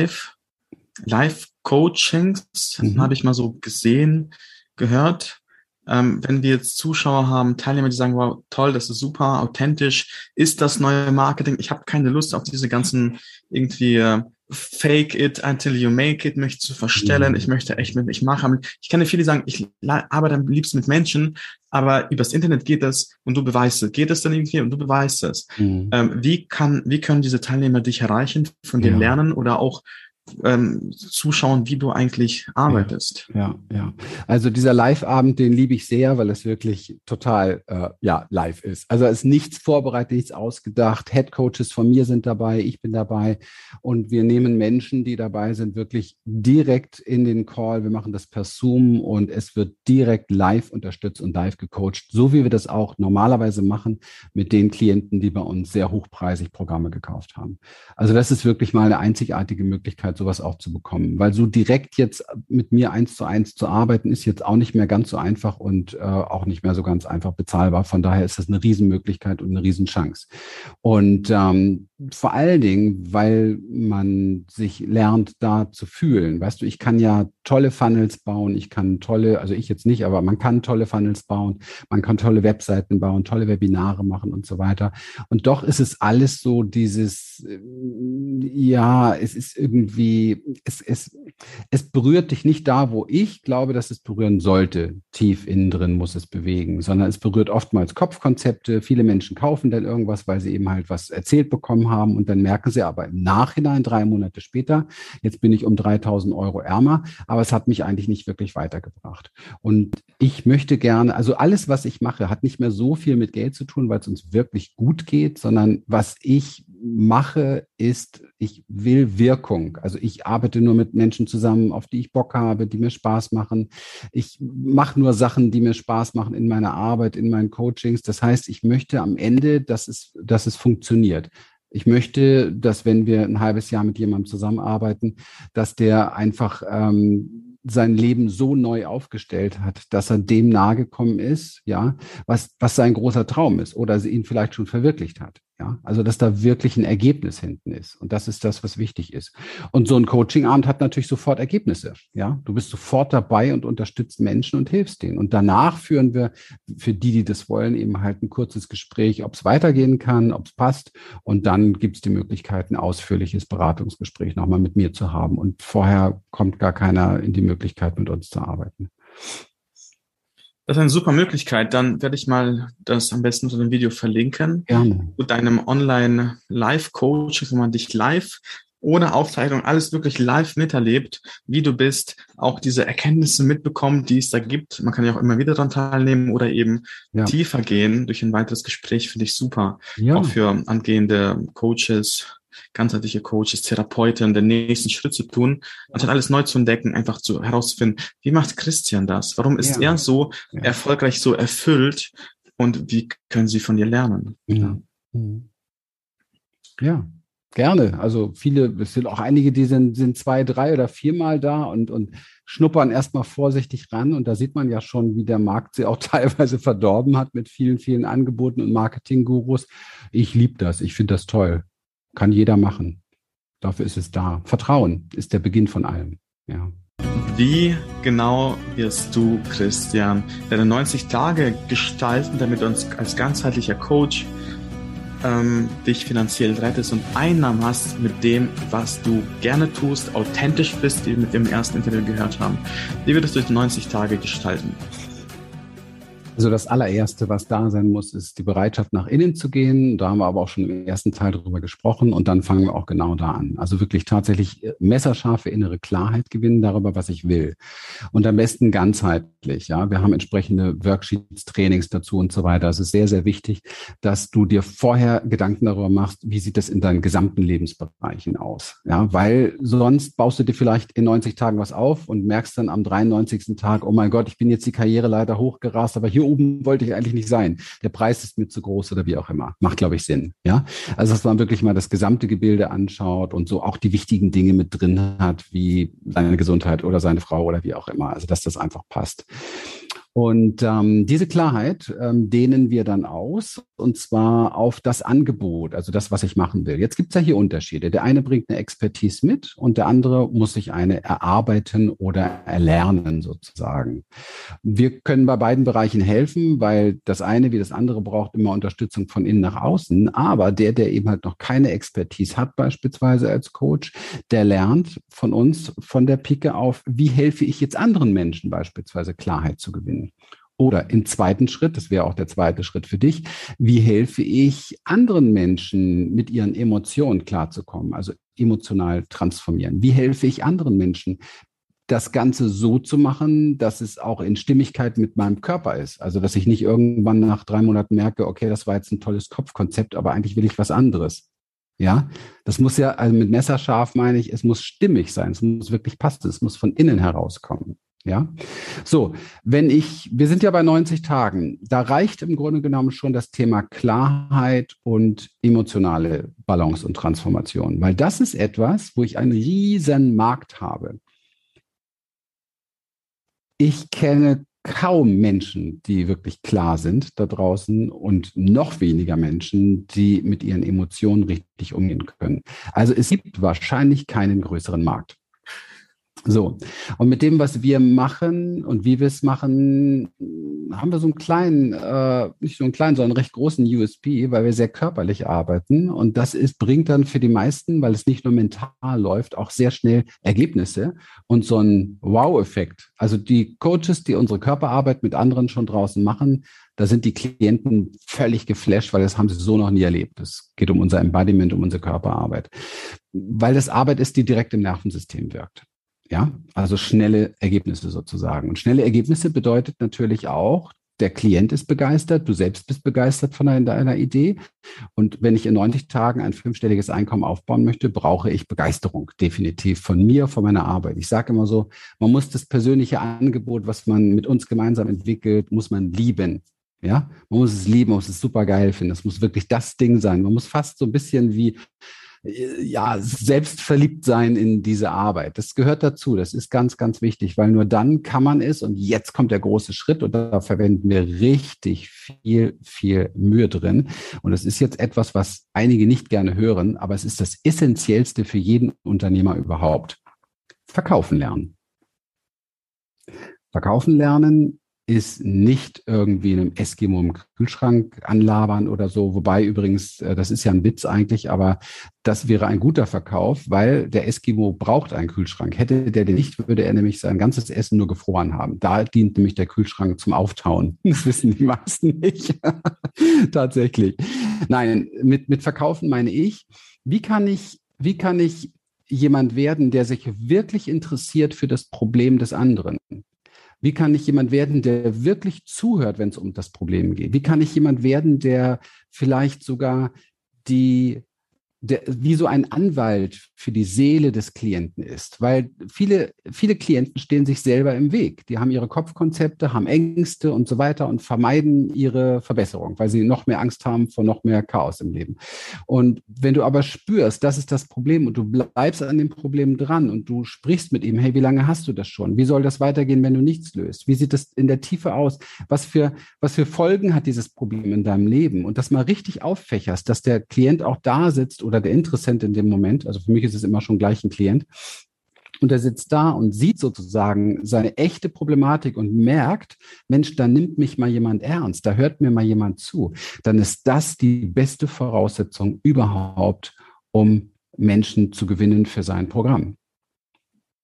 Speaker 2: Live-Coachings, habe ich mal so gesehen, gehört. Wenn wir jetzt Zuschauer haben, Teilnehmer, die sagen, wow, toll, das ist super, authentisch, ist das neue Marketing? Ich habe keine Lust auf diese ganzen irgendwie fake it until you make it, möchte zu verstellen. Ich möchte echt ich kenne viele, die sagen, ich arbeite am liebsten mit Menschen, aber übers Internet geht das und du beweist es. Geht es dann irgendwie und du beweist es. Wie können diese Teilnehmer dich erreichen, von dir lernen oder auch zuschauen, wie du eigentlich arbeitest?
Speaker 1: Ja. Also dieser Live-Abend, den liebe ich sehr, weil es wirklich total live ist. Also es ist nichts vorbereitet, nichts ausgedacht. Head-Coaches von mir sind dabei, ich bin dabei und wir nehmen Menschen, die dabei sind, wirklich direkt in den Call. Wir machen das per Zoom und es wird direkt live unterstützt und live gecoacht, so wie wir das auch normalerweise machen mit den Klienten, die bei uns sehr hochpreisig Programme gekauft haben. Also das ist wirklich mal eine einzigartige Möglichkeit, sowas auch zu bekommen, weil so direkt jetzt mit mir 1:1 zu arbeiten, ist jetzt auch nicht mehr ganz so einfach und auch nicht mehr so ganz einfach bezahlbar. Von daher ist das eine Riesenmöglichkeit und eine Riesenchance. Und vor allen Dingen, weil man sich lernt, da zu fühlen. Weißt du, ich kann ja tolle Funnels bauen, also ich jetzt nicht, aber man kann tolle Funnels bauen, man kann tolle Webseiten bauen, tolle Webinare machen und so weiter. Und doch ist es alles so dieses, es ist irgendwie, es berührt dich nicht da, wo ich glaube, dass es berühren sollte. Tief innen drin muss es bewegen, sondern es berührt oftmals Kopfkonzepte. Viele Menschen kaufen dann irgendwas, weil sie eben halt was erzählt bekommen haben und dann merken sie aber im Nachhinein, 3 Monate später, jetzt bin ich um 3.000 Euro ärmer, aber es hat mich eigentlich nicht wirklich weitergebracht. Und ich möchte gerne, also alles, was ich mache, hat nicht mehr so viel mit Geld zu tun, weil es uns wirklich gut geht, sondern was ich mache, ist, ich will Wirkung. Also ich arbeite nur mit Menschen zusammen, auf die ich Bock habe, die mir Spaß machen. Ich mache nur Sachen, die mir Spaß machen in meiner Arbeit, in meinen Coachings. Das heißt, ich möchte am Ende, dass es funktioniert. Ich möchte, dass wenn wir ein halbes Jahr mit jemandem zusammenarbeiten, dass der einfach sein Leben so neu aufgestellt hat, dass er dem nahegekommen ist, ja, was sein großer Traum ist oder sie ihn vielleicht schon verwirklicht hat. Ja, also dass da wirklich ein Ergebnis hinten ist. Und das ist das, was wichtig ist. Und so ein Coaching-Abend hat natürlich sofort Ergebnisse. Ja, du bist sofort dabei und unterstützt Menschen und hilfst denen. Und danach führen wir für die das wollen, eben halt ein kurzes Gespräch, ob es weitergehen kann, ob es passt. Und dann gibt es die Möglichkeit, ein ausführliches Beratungsgespräch nochmal mit mir zu haben. Und vorher kommt gar keiner in die Möglichkeit, mit uns zu arbeiten.
Speaker 2: Das ist eine super Möglichkeit. Dann werde ich mal das am besten unter dem Video verlinken.
Speaker 1: Gerne.
Speaker 2: Zu deinem Online-Live-Coach, wo man dich live, ohne Aufzeichnung, alles wirklich live miterlebt, wie du bist, auch diese Erkenntnisse mitbekommen, die es da gibt. Man kann ja auch immer wieder daran teilnehmen oder eben tiefer gehen durch ein weiteres Gespräch, finde ich super.
Speaker 1: Ja.
Speaker 2: Auch für angehende Coaches, ganzheitliche Coaches, Therapeuten, den nächsten Schritt zu tun, anstatt alles neu zu entdecken, einfach herauszufinden, wie macht Christian das? Warum ist er so erfolgreich, so erfüllt? Und wie können sie von dir lernen?
Speaker 1: Ja, gerne. Also es sind auch einige, die sind 2, 3 oder 4 Mal da und schnuppern erstmal vorsichtig ran. Und da sieht man ja schon, wie der Markt sie auch teilweise verdorben hat mit vielen, vielen Angeboten und Marketing-Gurus. Ich liebe das. Ich finde das toll. Kann jeder machen. Dafür ist es da. Vertrauen ist der Beginn von allem. Ja.
Speaker 2: Wie genau wirst du, Christian, deine 90 Tage gestalten, damit du uns als ganzheitlicher Coach dich finanziell rettest und Einnahmen hast mit dem, was du gerne tust, authentisch bist, wie wir mit dem ersten Interview gehört haben? Wie würdest du die 90 Tage gestalten?
Speaker 1: Also das allererste, was da sein muss, ist die Bereitschaft, nach innen zu gehen. Da haben wir aber auch schon im ersten Teil drüber gesprochen und dann fangen wir auch genau da an. Also wirklich tatsächlich messerscharfe innere Klarheit gewinnen darüber, was ich will. Und am besten ganzheitlich. Ja, wir haben entsprechende Worksheets, Trainings dazu und so weiter. Es ist sehr, sehr wichtig, dass du dir vorher Gedanken darüber machst, wie sieht das in deinen gesamten Lebensbereichen aus. Ja, weil sonst baust du dir vielleicht in 90 Tagen was auf und merkst dann am 93. Tag, oh mein Gott, ich bin jetzt die Karriereleiter hochgerast, aber hier oben wollte ich eigentlich nicht sein. Der Preis ist mir zu groß oder wie auch immer. Macht, glaube ich, Sinn. Ja, also dass man wirklich mal das gesamte Gebilde anschaut und so auch die wichtigen Dinge mit drin hat, wie seine Gesundheit oder seine Frau oder wie auch immer. Also dass das einfach passt. Und diese Klarheit dehnen wir dann aus, und zwar auf das Angebot, also das, was ich machen will. Jetzt gibt es ja hier Unterschiede. Der eine bringt eine Expertise mit und der andere muss sich eine erarbeiten oder erlernen sozusagen. Wir können bei beiden Bereichen helfen, weil das eine wie das andere braucht immer Unterstützung von innen nach außen. Aber der eben halt noch keine Expertise hat, beispielsweise als Coach, der lernt von uns von der Pike auf, wie helfe ich jetzt anderen Menschen beispielsweise Klarheit zu gewinnen. Oder im zweiten Schritt, das wäre auch der zweite Schritt für dich, wie helfe ich anderen Menschen mit ihren Emotionen klarzukommen, also emotional transformieren? Wie helfe ich anderen Menschen, das Ganze so zu machen, dass es auch in Stimmigkeit mit meinem Körper ist? Also, dass ich nicht irgendwann nach 3 Monaten merke, okay, das war jetzt ein tolles Kopfkonzept, aber eigentlich will ich was anderes. Ja, das muss ja, also mit messerscharf meine ich, es muss stimmig sein, es muss wirklich passen, es muss von innen herauskommen. Ja, so, wir sind ja bei 90 Tagen, da reicht im Grunde genommen schon das Thema Klarheit und emotionale Balance und Transformation, weil das ist etwas, wo ich einen riesen Markt habe. Ich kenne kaum Menschen, die wirklich klar sind da draußen und noch weniger Menschen, die mit ihren Emotionen richtig umgehen können. Also es gibt wahrscheinlich keinen größeren Markt. So, und mit dem, was wir machen und wie wir es machen, haben wir so einen kleinen, nicht so einen kleinen, sondern einen recht großen USP, weil wir sehr körperlich arbeiten. Und das bringt dann für die meisten, weil es nicht nur mental läuft, auch sehr schnell Ergebnisse und so einen Wow-Effekt. Also die Coaches, die unsere Körperarbeit mit anderen schon draußen machen, da sind die Klienten völlig geflasht, weil das haben sie so noch nie erlebt. Es geht um unser Embodiment, um unsere Körperarbeit. Weil das Arbeit ist, die direkt im Nervensystem wirkt. Ja, also schnelle Ergebnisse sozusagen. Und schnelle Ergebnisse bedeutet natürlich auch, der Klient ist begeistert, du selbst bist begeistert von deiner Idee. Und wenn ich in 90 Tagen ein 5-stelliges Einkommen aufbauen möchte, brauche ich Begeisterung, definitiv von mir, von meiner Arbeit. Ich sage immer so, man muss das persönliche Angebot, was man mit uns gemeinsam entwickelt, muss man lieben. Ja, man muss es lieben, man muss es super geil finden. Das muss wirklich das Ding sein. Man muss fast so ein bisschen wie ja, selbstverliebt sein in diese Arbeit. Das gehört dazu. Das ist ganz, ganz wichtig, weil nur dann kann man es, und jetzt kommt der große Schritt, und da verwenden wir richtig viel, viel Mühe drin. Und es ist jetzt etwas, was einige nicht gerne hören, aber es ist das Essentiellste für jeden Unternehmer überhaupt. Verkaufen lernen. Verkaufen lernen ist nicht irgendwie einem Eskimo im Kühlschrank anlabern oder so. Wobei übrigens, das ist ja ein Witz eigentlich, aber das wäre ein guter Verkauf, weil der Eskimo braucht einen Kühlschrank. Hätte der den nicht, würde er nämlich sein ganzes Essen nur gefroren haben. Da dient nämlich der Kühlschrank zum Auftauen. Das wissen die meisten nicht. Tatsächlich. Nein, mit Verkaufen meine ich, wie kann ich jemand werden, der sich wirklich interessiert für das Problem des anderen? Wie kann ich jemand werden, der wirklich zuhört, wenn es um das Problem geht? Wie kann ich jemand werden, der vielleicht sogar wie so ein Anwalt für die Seele des Klienten ist? Weil viele Klienten stehen sich selber im Weg. Die haben ihre Kopfkonzepte, haben Ängste und so weiter und vermeiden ihre Verbesserung, weil sie noch mehr Angst haben vor noch mehr Chaos im Leben. Und wenn du aber spürst, das ist das Problem und du bleibst an dem Problem dran und du sprichst mit ihm, hey, wie lange hast du das schon? Wie soll das weitergehen, wenn du nichts löst? Wie sieht das in der Tiefe aus? Was für Folgen hat dieses Problem in deinem Leben? Und das mal richtig auffächerst, dass der Klient auch da sitzt oder der Interessent in dem Moment, also für mich ist es immer schon gleich ein Klient, und er sitzt da und sieht sozusagen seine echte Problematik und merkt, Mensch, da nimmt mich mal jemand ernst, da hört mir mal jemand zu, dann ist das die beste Voraussetzung überhaupt, um Menschen zu gewinnen für sein Programm.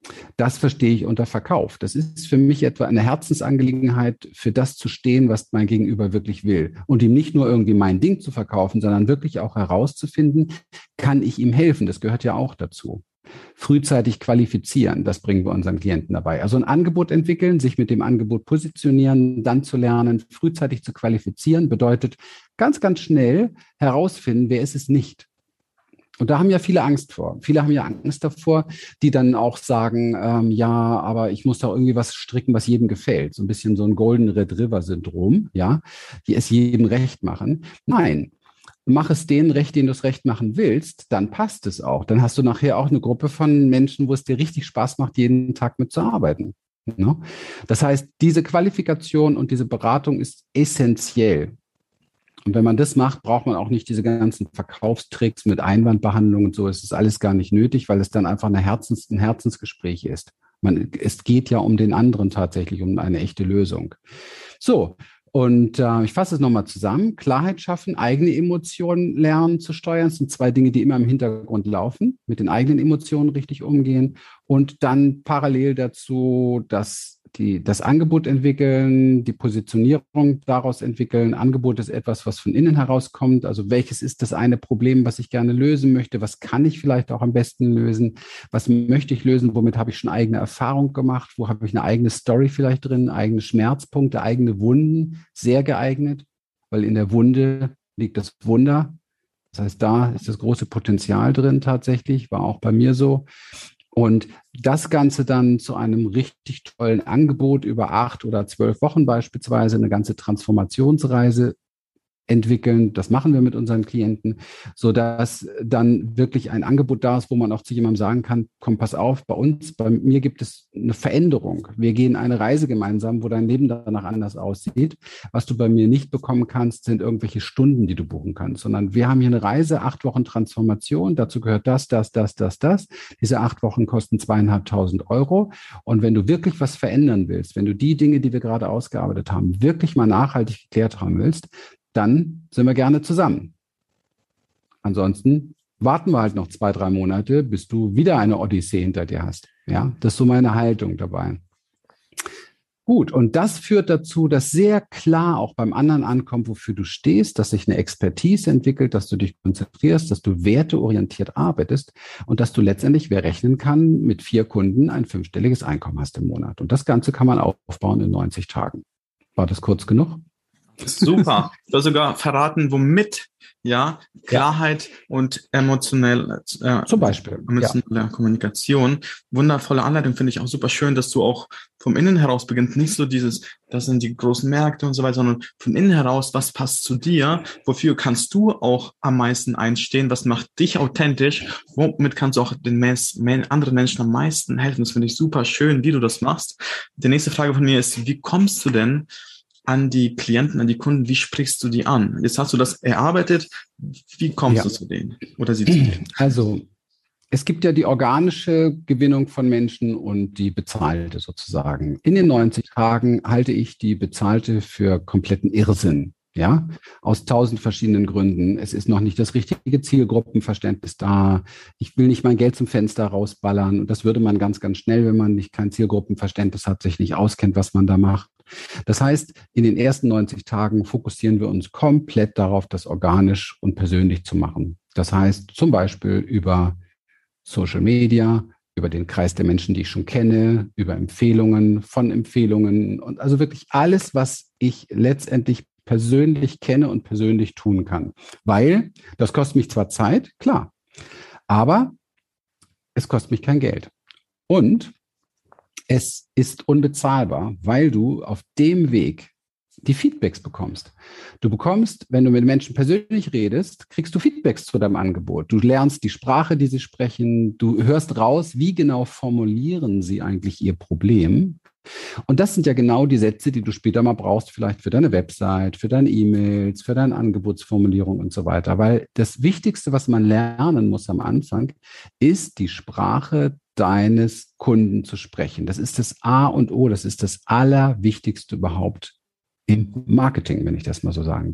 Speaker 1: Das verstehe ich unter Verkauf. Das ist für mich etwa eine Herzensangelegenheit, für das zu stehen, was mein Gegenüber wirklich will. Und ihm nicht nur irgendwie mein Ding zu verkaufen, sondern wirklich auch herauszufinden, kann ich ihm helfen? Das gehört ja auch dazu. Frühzeitig qualifizieren, das bringen wir unseren Klienten dabei. Also ein Angebot entwickeln, sich mit dem Angebot positionieren, dann zu lernen, frühzeitig zu qualifizieren, bedeutet ganz, ganz schnell herausfinden, wer ist es nicht. Und da haben ja viele Angst vor. Viele haben ja Angst davor, die dann auch sagen, ja, aber ich muss da irgendwie was stricken, was jedem gefällt. So ein bisschen so ein Golden Retriever-Syndrom, ja, die es jedem recht machen. Nein, mach es denen recht, denen du es recht machen willst, dann passt es auch. Dann hast du nachher auch eine Gruppe von Menschen, wo es dir richtig Spaß macht, jeden Tag mitzuarbeiten. Ne? Das heißt, diese Qualifikation und diese Beratung ist essentiell. Und wenn man das macht, braucht man auch nicht diese ganzen Verkaufstricks mit Einwandbehandlung und so. Es ist alles gar nicht nötig, weil es dann einfach ein Herzensgespräch ist. Es geht ja um den anderen tatsächlich, um eine echte Lösung. So, und ich fasse es nochmal zusammen. Klarheit schaffen, eigene Emotionen lernen zu steuern. Das sind zwei Dinge, die immer im Hintergrund laufen. Mit den eigenen Emotionen richtig umgehen. Und dann parallel dazu das Angebot entwickeln, die Positionierung daraus entwickeln. Angebot ist etwas, was von innen herauskommt. Also welches ist das eine Problem, was ich gerne lösen möchte? Was kann ich vielleicht auch am besten lösen? Was möchte ich lösen? Womit habe ich schon eigene Erfahrung gemacht? Wo habe ich eine eigene Story vielleicht drin? Eigene Schmerzpunkte, eigene Wunden? Sehr geeignet, weil in der Wunde liegt das Wunder. Das heißt, da ist das große Potenzial drin tatsächlich, war auch bei mir so. Und das Ganze dann zu einem richtig tollen Angebot über 8 oder 12 Wochen beispielsweise, eine ganze Transformationsreise entwickeln. Das machen wir mit unseren Klienten, sodass dann wirklich ein Angebot da ist, wo man auch zu jemandem sagen kann, komm, pass auf, bei mir gibt es eine Veränderung. Wir gehen eine Reise gemeinsam, wo dein Leben danach anders aussieht. Was du bei mir nicht bekommen kannst, sind irgendwelche Stunden, die du buchen kannst, sondern wir haben hier eine Reise, 8 Wochen Transformation. Dazu gehört das. Diese 8 Wochen kosten 2.500 Euro. Und wenn du wirklich was verändern willst, wenn du die Dinge, die wir gerade ausgearbeitet haben, wirklich mal nachhaltig geklärt haben willst, dann sind wir gerne zusammen. Ansonsten warten wir halt noch 2, 3 Monate, bis du wieder eine Odyssee hinter dir hast. Ja, das ist so meine Haltung dabei. Gut, und das führt dazu, dass sehr klar auch beim anderen ankommt, wofür du stehst, dass sich eine Expertise entwickelt, dass du dich konzentrierst, dass du werteorientiert arbeitest und dass du letztendlich, wer rechnen kann, mit 4 Kunden ein 5-stelliges Einkommen hast im Monat. Und das Ganze kann man aufbauen in 90 Tagen. War das kurz genug?
Speaker 2: Super. Du hast sogar verraten, womit, ja, Klarheit und emotionelle Kommunikation. Wundervolle Anleitung, finde ich auch super schön, dass du auch vom Innen heraus beginnst. Nicht so das sind die großen Märkte und so weiter, sondern von innen heraus, was passt zu dir? Wofür kannst du auch am meisten einstehen? Was macht dich authentisch? Womit kannst du auch den anderen Menschen am meisten helfen? Das finde ich super schön, wie du das machst. Die nächste Frage von mir ist, wie kommst du denn an die Klienten, an die Kunden, wie sprichst du die an? Jetzt hast du das erarbeitet, wie kommst du zu denen oder sie zu denen?
Speaker 1: Also es gibt ja die organische Gewinnung von Menschen und die bezahlte sozusagen. In den 90 Tagen halte ich die bezahlte für kompletten Irrsinn. Ja, aus 1000 verschiedenen Gründen. Es ist noch nicht das richtige Zielgruppenverständnis da. Ich will nicht mein Geld zum Fenster rausballern. Und das würde man ganz, ganz schnell, wenn man nicht kein Zielgruppenverständnis hat, sich nicht auskennt, was man da macht. Das heißt, in den ersten 90 Tagen fokussieren wir uns komplett darauf, das organisch und persönlich zu machen. Das heißt, zum Beispiel über Social Media, über den Kreis der Menschen, die ich schon kenne, über Empfehlungen von Empfehlungen und also wirklich alles, was ich letztendlich persönlich kenne und persönlich tun kann. Weil das kostet mich zwar Zeit, klar, aber es kostet mich kein Geld. Und es ist unbezahlbar, weil du auf dem Weg die Feedbacks bekommst. Du bekommst, wenn du mit Menschen persönlich redest, kriegst du Feedbacks zu deinem Angebot. Du lernst die Sprache, die sie sprechen. Du hörst raus, wie genau formulieren sie eigentlich ihr Problem. Und das sind ja genau die Sätze, die du später mal brauchst, vielleicht für deine Website, für deine E-Mails, für deine Angebotsformulierung und so weiter. Weil das Wichtigste, was man lernen muss am Anfang, ist die Sprache deines Kunden zu sprechen. Das ist das A und O, das ist das Allerwichtigste überhaupt im Marketing, wenn ich das mal so sagen darf.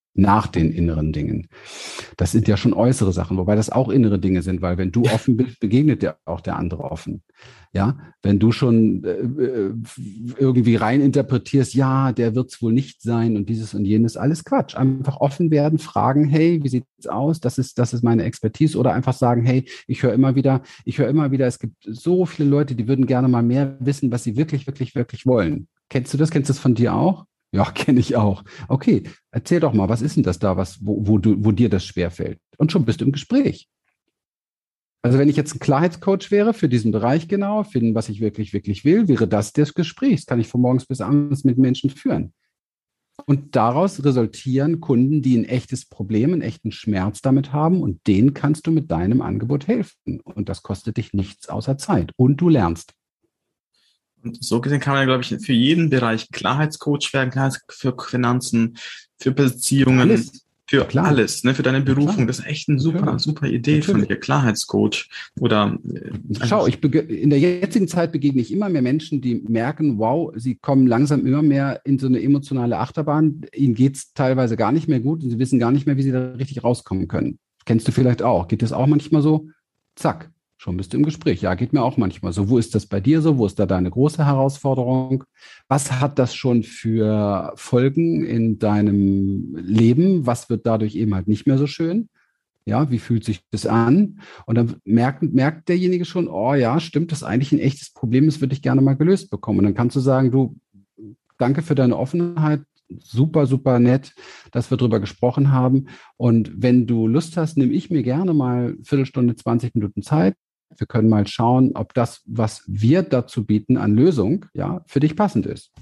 Speaker 1: nach den inneren Dingen. Das sind ja schon äußere Sachen, wobei das auch innere Dinge sind, weil wenn du offen bist, begegnet dir auch der andere offen. Ja, wenn du schon irgendwie rein interpretierst, ja, der wird es wohl nicht sein und dieses und jenes, alles Quatsch. Einfach offen werden, fragen, hey, wie sieht's aus? Das ist meine Expertise. Oder einfach sagen, hey, ich höre immer wieder, es gibt so viele Leute, die würden gerne mal mehr wissen, was sie wirklich, wirklich, wirklich wollen. Kennst du das? Kennst du das von dir auch? Ja, kenne ich auch. Okay, erzähl doch mal, was ist denn das da, wo dir das schwerfällt? Und schon bist du im Gespräch. Also wenn ich jetzt ein Klarheitscoach wäre für diesen Bereich genau, finden, was ich wirklich, wirklich will, wäre das Gespräch. Das kann ich von morgens bis abends mit Menschen führen. Und daraus resultieren Kunden, die ein echtes Problem, einen echten Schmerz damit haben und denen kannst du mit deinem Angebot helfen. Und das kostet dich nichts außer Zeit. Und du lernst.
Speaker 2: Und so gesehen kann man ja, glaube ich, für jeden Bereich Klarheitscoach werden, Klarheit für Finanzen, für Beziehungen,
Speaker 1: Alles.
Speaker 2: für
Speaker 1: Klar.
Speaker 2: alles, ne, für deine Berufung.
Speaker 1: Klar.
Speaker 2: Das ist echt eine super,
Speaker 1: Natürlich.
Speaker 2: super Idee
Speaker 1: Natürlich.
Speaker 2: von dir, Klarheitscoach. Oder
Speaker 1: Schau, in der jetzigen Zeit begegne ich immer mehr Menschen, die merken, wow, sie kommen langsam immer mehr in so eine emotionale Achterbahn. Ihnen geht es teilweise gar nicht mehr gut und sie wissen gar nicht mehr, wie sie da richtig rauskommen können. Kennst du vielleicht auch? Geht das auch manchmal so? Zack, schon bist du im Gespräch. Ja, geht mir auch manchmal so. Wo ist das bei dir so? Wo ist da deine große Herausforderung? Was hat das schon für Folgen in deinem Leben? Was wird dadurch eben halt nicht mehr so schön? Ja, wie fühlt sich das an? Und dann merkt derjenige schon, oh ja, stimmt, das ist eigentlich ein echtes Problem, das würde ich gerne mal gelöst bekommen. Und dann kannst du sagen, du, danke für deine Offenheit, super, super nett, dass wir drüber gesprochen haben. Und wenn du Lust hast, nehme ich mir gerne mal eine Viertelstunde, 20 Minuten Zeit. Wir können mal schauen, ob das, was wir dazu bieten an Lösung, ja, für dich passend ist.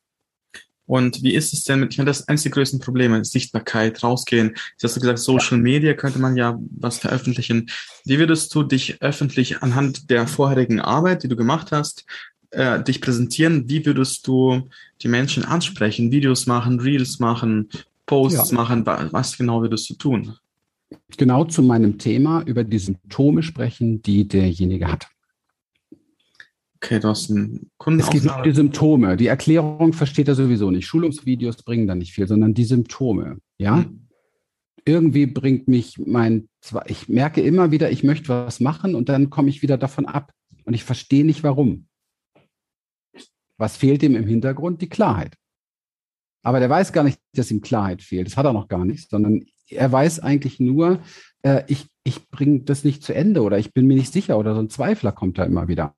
Speaker 2: Und wie ist es denn mit, ich meine, das ist eines der größten Probleme, Sichtbarkeit, rausgehen. Jetzt hast du gesagt, Social Media könnte man ja was veröffentlichen. Wie würdest du dich öffentlich anhand der vorherigen Arbeit, die du gemacht hast, dich präsentieren? Wie würdest du die Menschen ansprechen, Videos machen, Reels machen, Posts machen? Was genau würdest du tun?
Speaker 1: Genau zu meinem Thema über die Symptome sprechen, die derjenige hat.
Speaker 2: Okay, du hast einen Kunden.
Speaker 1: Es geht nur um die Symptome. Die Erklärung versteht er sowieso nicht. Schulungsvideos bringen da nicht viel, sondern die Symptome. Ja? Irgendwie bringt mich ich merke immer wieder, ich möchte was machen und dann komme ich wieder davon ab. Und ich verstehe nicht, warum. Was fehlt ihm im Hintergrund? Die Klarheit. Aber der weiß gar nicht, dass ihm Klarheit fehlt. Das hat er noch gar nicht, sondern er weiß eigentlich nur, ich bringe das nicht zu Ende oder ich bin mir nicht sicher oder so ein Zweifler kommt da immer wieder.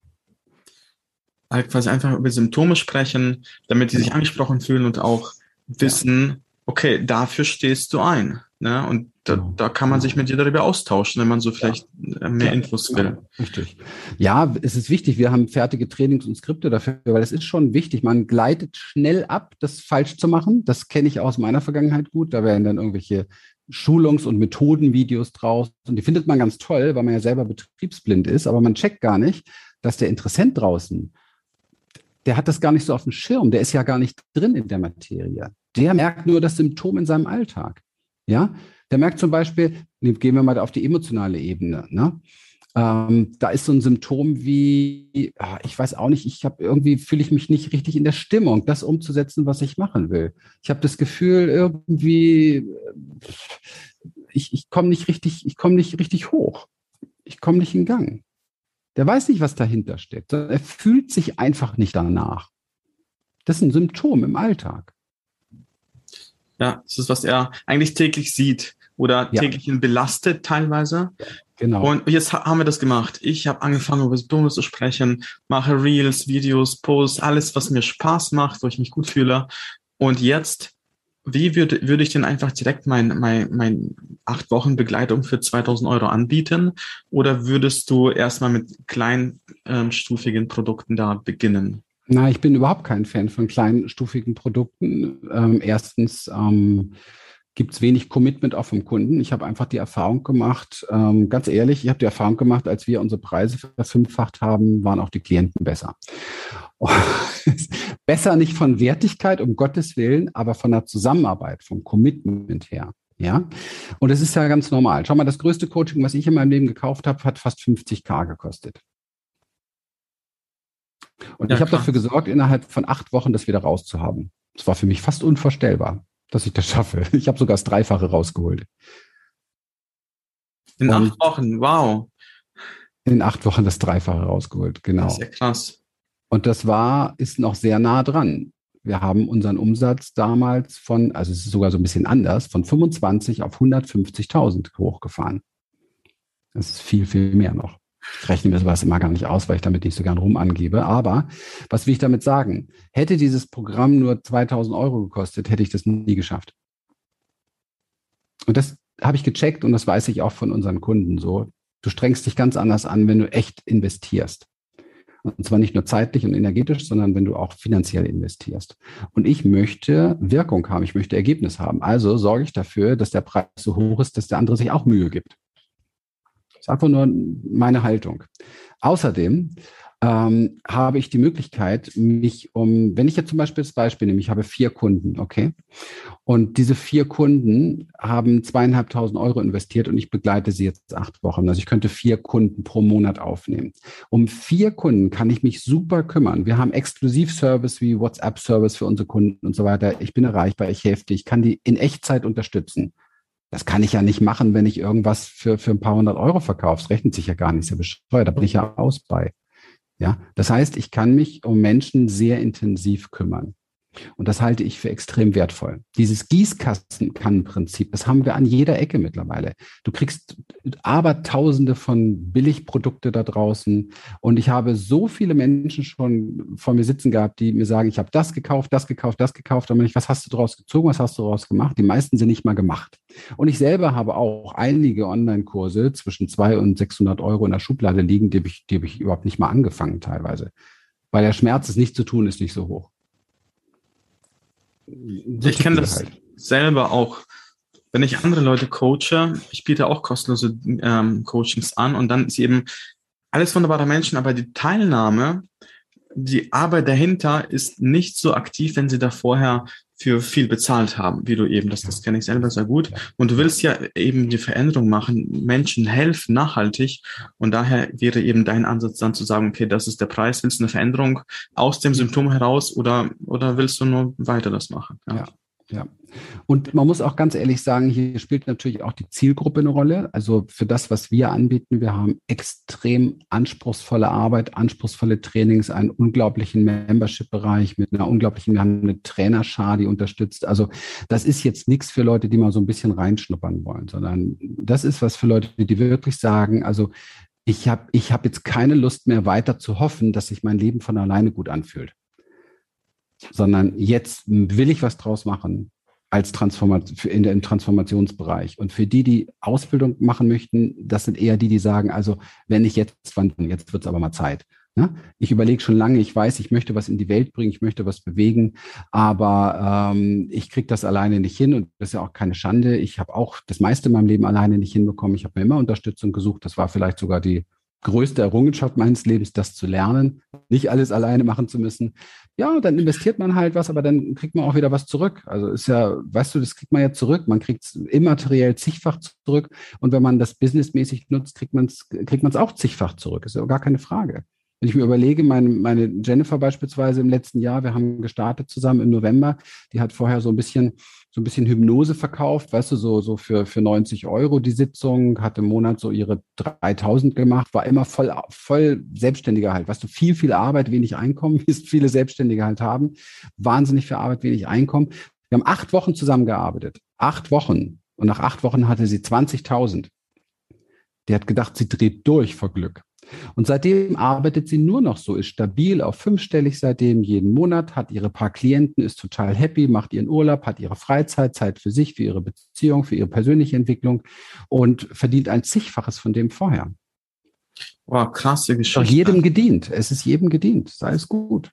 Speaker 2: Halt quasi einfach über Symptome sprechen, damit die sich angesprochen fühlen und auch wissen, okay, dafür stehst du ein. Ne? Und da kann man sich mit dir darüber austauschen, wenn man so vielleicht mehr Infos will.
Speaker 1: Richtig. Ja, es ist wichtig. Wir haben fertige Trainings und Skripte dafür, weil es ist schon wichtig. Man gleitet schnell ab, das falsch zu machen. Das kenne ich aus meiner Vergangenheit gut. Da werden dann irgendwelche Schulungs- und Methodenvideos draus. Und die findet man ganz toll, weil man ja selber betriebsblind ist. Aber man checkt gar nicht, dass der Interessent draußen, der hat das gar nicht so auf dem Schirm. Der ist ja gar nicht drin in der Materie. Der merkt nur das Symptom in seinem Alltag. Ja, der merkt zum Beispiel, gehen wir mal auf die emotionale Ebene. Ne? Da ist so ein Symptom wie, ich weiß auch nicht, fühle ich mich nicht richtig in der Stimmung, das umzusetzen, was ich machen will. Ich habe das Gefühl, irgendwie, ich komme nicht richtig hoch. Ich komme nicht in Gang. Der weiß nicht, was dahinter steckt, sondern er fühlt sich einfach nicht danach. Das ist ein Symptom im Alltag.
Speaker 2: Ja, das ist, was er eigentlich täglich sieht oder täglich ihn belastet teilweise.
Speaker 1: Genau.
Speaker 2: Und jetzt haben wir das gemacht. Ich habe angefangen, über Symptome zu sprechen, mache Reels, Videos, Posts, alles, was mir Spaß macht, wo ich mich gut fühle. Und jetzt, wie würde ich denn einfach direkt mein 8 Wochen Begleitung für 2.000 Euro anbieten? Oder würdest du erstmal mit kleinstufigen Produkten da beginnen?
Speaker 1: Na, ich bin überhaupt kein Fan von kleinstufigen Produkten. Erstens gibt es wenig Commitment auch vom Kunden. Ich habe einfach die Erfahrung gemacht, ganz ehrlich, ich habe die Erfahrung gemacht, als wir unsere Preise verfünffacht haben, waren auch die Klienten besser. Besser nicht von Wertigkeit, um Gottes Willen, aber von der Zusammenarbeit, vom Commitment her. Ja, und das ist ja ganz normal. Schau mal, das größte Coaching, was ich in meinem Leben gekauft habe, hat fast 50.000 gekostet. Und ich habe dafür gesorgt, innerhalb von 8 Wochen das wieder rauszuhaben. Das war für mich fast unvorstellbar. dass ich das schaffe. Ich habe sogar das Dreifache rausgeholt.
Speaker 2: In 8 Wochen, wow.
Speaker 1: In 8 Wochen das Dreifache rausgeholt, genau.
Speaker 2: Das ist ja krass.
Speaker 1: Und ist noch sehr nah dran. Wir haben unseren Umsatz damals also es ist sogar so ein bisschen anders, von 25 auf 150.000 hochgefahren. Das ist viel, viel mehr noch. Ich rechne mir sowas immer gar nicht aus, weil ich damit nicht so gern rum angebe. Aber was will ich damit sagen? Hätte dieses Programm nur 2.000 Euro gekostet, hätte ich das nie geschafft. Und das habe ich gecheckt und das weiß ich auch von unseren Kunden so. Du strengst dich ganz anders an, wenn du echt investierst. Und zwar nicht nur zeitlich und energetisch, sondern wenn du auch finanziell investierst. Und ich möchte Wirkung haben, ich möchte Ergebnis haben. Also sorge ich dafür, dass der Preis so hoch ist, dass der andere sich auch Mühe gibt. Das ist einfach nur meine Haltung. Außerdem habe ich die Möglichkeit, wenn ich jetzt zum Beispiel das Beispiel nehme, ich habe 4 Kunden, okay? Und diese 4 Kunden haben 2.500 Euro investiert und ich begleite sie jetzt 8 Wochen. Also ich könnte 4 Kunden pro Monat aufnehmen. Um 4 Kunden kann ich mich super kümmern. Wir haben Exklusivservice wie WhatsApp-Service für unsere Kunden und so weiter. Ich bin erreichbar, ich helfe dir, ich kann die in Echtzeit unterstützen. Das kann ich ja nicht machen, wenn ich irgendwas für ein paar 100 Euro verkaufe. Das rechnet sich ja gar nicht, ist ja bescheuert, da bin ich ja aus bei. Ja, das heißt, ich kann mich um Menschen sehr intensiv kümmern. Und das halte ich für extrem wertvoll. Dieses Gießkassenkannenprinzip, das haben wir an jeder Ecke mittlerweile. Du kriegst Abertausende von Billigprodukte da draußen. Und ich habe so viele Menschen schon vor mir sitzen gehabt, die mir sagen, ich habe das gekauft, das gekauft, das gekauft. Und was hast du daraus gezogen, was hast du daraus gemacht? Die meisten sind nicht mal gemacht. Und ich selber habe auch einige Online-Kurse zwischen 200 und 600 Euro in der Schublade liegen, die habe ich überhaupt nicht mal angefangen teilweise. Weil der Schmerz, es nicht zu tun, ist nicht so hoch.
Speaker 2: So ich kenne das halt selber auch, wenn ich andere Leute coache, ich biete auch kostenlose Coachings an und dann ist eben alles wunderbare Menschen, aber die Teilnahme, die Arbeit dahinter ist nicht so aktiv, wenn sie da vorher für viel bezahlt haben, wie du eben, das kenne ich selber sehr gut. Und du willst ja eben die Veränderung machen, Menschen helfen nachhaltig. Und daher wäre eben dein Ansatz dann zu sagen, okay, das ist der Preis, willst du eine Veränderung aus dem Symptom heraus oder willst du nur weiter das machen?
Speaker 1: Ja. Und man muss auch ganz ehrlich sagen, hier spielt natürlich auch die Zielgruppe eine Rolle. Also für das, was wir anbieten, wir haben extrem anspruchsvolle Arbeit, anspruchsvolle Trainings, einen unglaublichen Membership-Bereich wir haben eine Trainerschar, die unterstützt. Also das ist jetzt nichts für Leute, die mal so ein bisschen reinschnuppern wollen, sondern das ist was für Leute, die wirklich sagen, also ich hab jetzt keine Lust mehr weiter zu hoffen, dass sich mein Leben von alleine gut anfühlt. Sondern jetzt will ich was draus machen als im Transformationsbereich. Und für die Ausbildung machen möchten, das sind eher die sagen, also wenn nicht jetzt, wann, jetzt wird es aber mal Zeit. Ne? Ich überlege schon lange, ich weiß, ich möchte was in die Welt bringen, ich möchte was bewegen, aber ich kriege das alleine nicht hin und das ist ja auch keine Schande. Ich habe auch das meiste in meinem Leben alleine nicht hinbekommen. Ich habe mir immer Unterstützung gesucht. Das war vielleicht sogar die größte Errungenschaft meines Lebens, das zu lernen, nicht alles alleine machen zu müssen. Ja, dann investiert man halt was, aber dann kriegt man auch wieder was zurück. Also ist ja, weißt du, das kriegt man ja zurück. Man kriegt es immateriell zigfach zurück. Und wenn man das businessmäßig nutzt, kriegt man es auch zigfach zurück. Ist ja gar keine Frage. Wenn ich mir überlege, meine Jennifer beispielsweise im letzten Jahr, wir haben gestartet zusammen im November, die hat vorher so ein bisschen Hypnose verkauft, weißt du, so für 90 Euro die Sitzung, hat im Monat so ihre 3.000 gemacht, war immer voll Selbstständiger halt, weißt du, viel Arbeit, wenig Einkommen, wie es viele Selbstständige halt haben, wahnsinnig viel Arbeit, wenig Einkommen. Wir haben 8 Wochen zusammengearbeitet, 8 Wochen und nach 8 Wochen hatte sie 20.000. Die hat gedacht, sie dreht durch vor Glück. Und seitdem arbeitet sie nur noch so, ist stabil auf 5-stellig seitdem jeden Monat, hat ihre paar Klienten, ist total happy, macht ihren Urlaub, hat ihre Freizeit, Zeit für sich, für ihre Beziehung, für ihre persönliche Entwicklung und verdient ein Zigfaches von dem vorher.
Speaker 2: Wow, krasse Geschichte.
Speaker 1: Doch jedem gedient. Es ist jedem gedient. Sei es gut.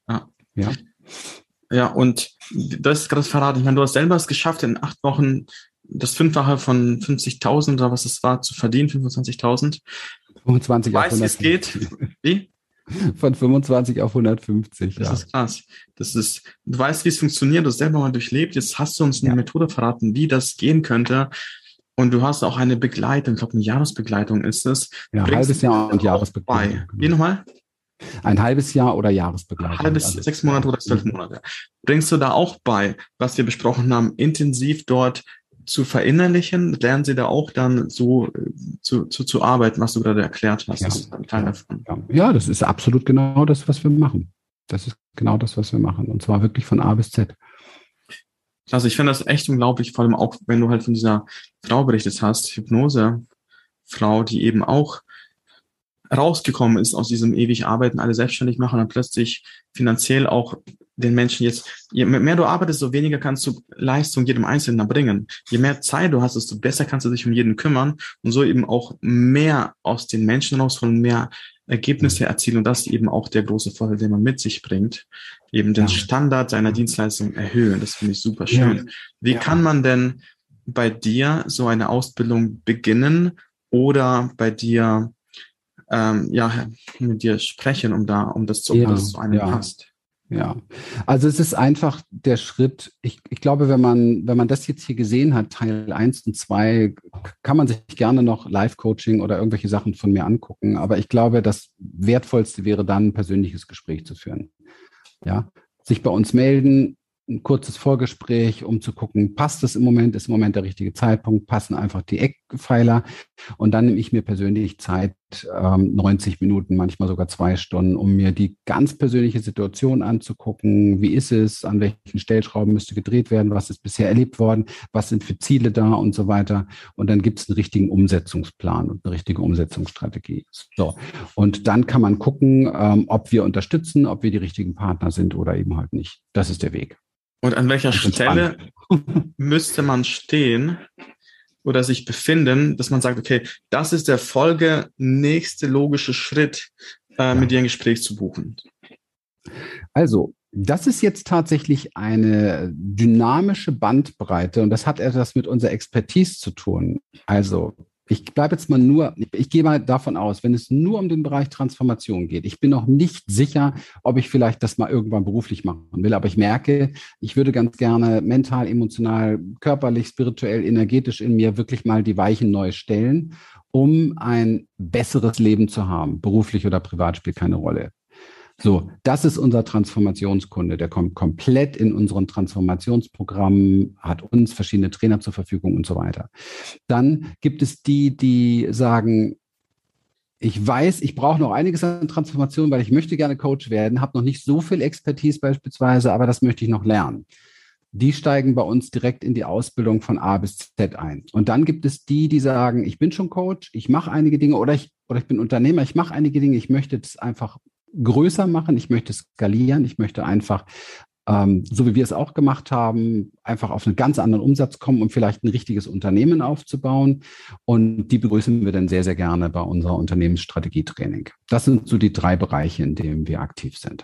Speaker 2: Ja, und das ist gerade verraten. Ich meine, du hast selber es geschafft, in 8 Wochen das 5-fache von 50.000 oder was es war, zu verdienen, 25.000.
Speaker 1: 25 auf 150.
Speaker 2: Weißt, wie es geht? Wie?
Speaker 1: Von 25 auf 150.
Speaker 2: Das ist krass. Du weißt, wie es funktioniert, du hast selber mal durchlebt. Jetzt hast du uns eine Methode verraten, wie das gehen könnte. Und du hast auch eine Begleitung, ich glaube, eine Jahresbegleitung ist es.
Speaker 1: Ja, halbes Jahr und Jahresbegleitung.
Speaker 2: Wie nochmal?
Speaker 1: Ein halbes Jahr oder Jahresbegleitung?
Speaker 2: Halbes, 6 Monate oder 12 Monate. Bringst du da auch bei, was wir besprochen haben, intensiv dort zu verinnerlichen? Lernen Sie da auch dann so zu arbeiten, was du gerade erklärt hast?
Speaker 1: Ja,
Speaker 2: Das ist ein Teil davon.
Speaker 1: ja, das ist absolut genau das, was wir machen. Das ist genau das, was wir machen. Und zwar wirklich von A bis Z.
Speaker 2: Also ich finde das echt unglaublich, vor allem auch, wenn du halt von dieser Frau berichtet hast, Hypnose-Frau, die eben auch rausgekommen ist aus diesem ewig Arbeiten, alle selbstständig machen und plötzlich finanziell auch den Menschen jetzt, je mehr du arbeitest, so weniger kannst du Leistung jedem Einzelnen erbringen. Je mehr Zeit du hast, desto besser kannst du dich um jeden kümmern und so eben auch mehr aus den Menschen rausholen, mehr Ergebnisse erzielen. Und das ist eben auch der große Vorteil, den man mit sich bringt, eben den Standard seiner Dienstleistung erhöhen. Das finde ich super schön. Wie kann man denn bei dir so eine Ausbildung beginnen oder bei dir mit dir sprechen, um das zu einem passt?
Speaker 1: Ja, also es ist einfach der Schritt, ich glaube, wenn man das jetzt hier gesehen hat, Teil 1 und 2, kann man sich gerne noch Live-Coaching oder irgendwelche Sachen von mir angucken, aber ich glaube, das Wertvollste wäre dann, ein persönliches Gespräch zu führen. Ja, sich bei uns melden, ein kurzes Vorgespräch, um zu gucken, passt es im Moment, ist im Moment der richtige Zeitpunkt, passen einfach die Eckpfeiler und dann nehme ich mir persönlich Zeit, 90 Minuten, manchmal sogar 2 Stunden, um mir die ganz persönliche Situation anzugucken. Wie ist es? An welchen Stellschrauben müsste gedreht werden? Was ist bisher erlebt worden? Was sind für Ziele da und so weiter? Und dann gibt es einen richtigen Umsetzungsplan und eine richtige Umsetzungsstrategie. So. Und dann kann man gucken, ob wir unterstützen, ob wir die richtigen Partner sind oder eben halt nicht. Das ist der Weg.
Speaker 2: Und an welcher Stelle müsste man stehen oder sich befinden, dass man sagt, okay, das ist der nächste logische Schritt, mit dir ein Gespräch zu buchen?
Speaker 1: Also, das ist jetzt tatsächlich eine dynamische Bandbreite und das hat etwas mit unserer Expertise zu tun. Also, ich bleibe jetzt mal ich gehe mal davon aus, wenn es nur um den Bereich Transformation geht. Ich bin noch nicht sicher, ob ich vielleicht das mal irgendwann beruflich machen will, aber ich merke, ich würde ganz gerne mental, emotional, körperlich, spirituell, energetisch in mir wirklich mal die Weichen neu stellen, um ein besseres Leben zu haben. Beruflich oder privat spielt keine Rolle. So, das ist unser Transformationskunde. Der kommt komplett in unseren Transformationsprogramm, hat uns verschiedene Trainer zur Verfügung und so weiter. Dann gibt es die sagen, ich weiß, ich brauche noch einiges an Transformation, weil ich möchte gerne Coach werden, habe noch nicht so viel Expertise beispielsweise, aber das möchte ich noch lernen. Die steigen bei uns direkt in die Ausbildung von A bis Z ein. Und dann gibt es die sagen, ich bin schon Coach, ich mache einige Dinge oder ich bin Unternehmer, ich mache einige Dinge, ich möchte das einfach größer machen, ich möchte skalieren, ich möchte einfach, so wie wir es auch gemacht haben, einfach auf einen ganz anderen Umsatz kommen, um vielleicht ein richtiges Unternehmen aufzubauen. Und die begrüßen wir dann sehr, sehr gerne bei unserer Unternehmensstrategietraining. Das sind so die 3 Bereiche, in denen wir aktiv sind.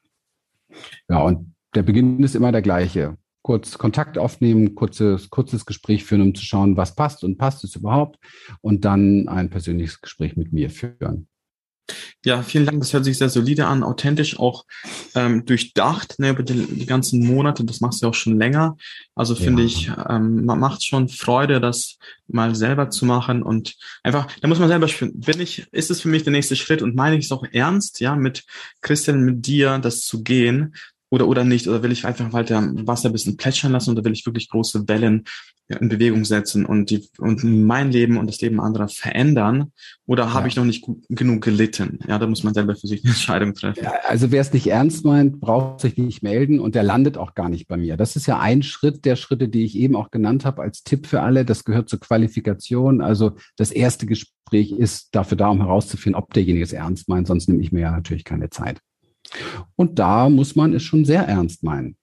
Speaker 1: Ja, und der Beginn ist immer der gleiche. Kurz Kontakt aufnehmen, kurzes Gespräch führen, um zu schauen, was passt und passt es überhaupt. Und dann ein persönliches Gespräch mit mir führen.
Speaker 2: Ja, vielen Dank. Das hört sich sehr solide an, authentisch, auch durchdacht, ne, über die ganzen Monate. Das machst du auch schon länger. Also finde ich, macht schon Freude, das mal selber zu machen und einfach, da muss man selber spüren, ist es für mich der nächste Schritt und meine ich es auch ernst, ja, mit Christian, mit dir, das zu gehen oder nicht? Oder will ich einfach weiter Wasser ein bisschen plätschern lassen oder will ich wirklich große Wellen in Bewegung setzen und mein Leben und das Leben anderer verändern? Oder habe ich noch nicht genug gelitten? Ja, da muss man selber für sich eine Entscheidung treffen.
Speaker 1: Ja, also wer es nicht ernst meint, braucht sich nicht melden und der landet auch gar nicht bei mir. Das ist ja ein Schritt der Schritte, die ich eben auch genannt habe als Tipp für alle. Das gehört zur Qualifikation. Also das erste Gespräch ist dafür da, um herauszufinden, ob derjenige es ernst meint. Sonst nehme ich mir ja natürlich keine Zeit. Und da muss man es schon sehr ernst meinen.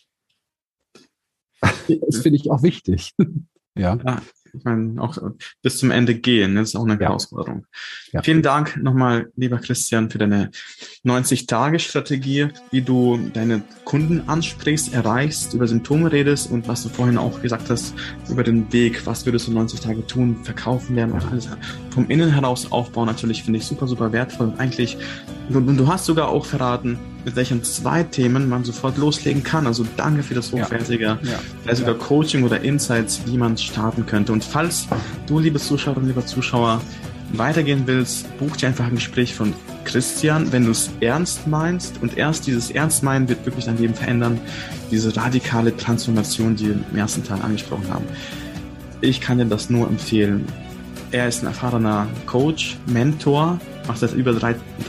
Speaker 1: Das finde ich auch wichtig. Ja,
Speaker 2: ich meine, auch bis zum Ende gehen, das ist auch eine Herausforderung. Ja. Vielen Dank nochmal, lieber Christian, für deine 90-Tage-Strategie, wie du deine Kunden ansprichst, erreichst, über Symptome redest und was du vorhin auch gesagt hast, über den Weg, was würdest du 90 Tage tun, verkaufen lernen und alles vom Innen heraus aufbauen, natürlich finde ich super, super wertvoll und eigentlich, du hast sogar auch verraten, mit welchen 2 Themen man sofort loslegen kann. Also danke für das hochwertige, vielleicht sogar Coaching oder Insights, wie man starten könnte. Und falls du, liebe Zuschauerinnen, lieber Zuschauer, weitergehen willst, buch dir einfach ein Gespräch von Christian, wenn du es ernst meinst. Und erst dieses Ernstmeinen wird wirklich dein Leben verändern. Diese radikale Transformation, die wir im ersten Teil angesprochen haben. Ich kann dir das nur empfehlen. Er ist ein erfahrener Coach, Mentor, macht das über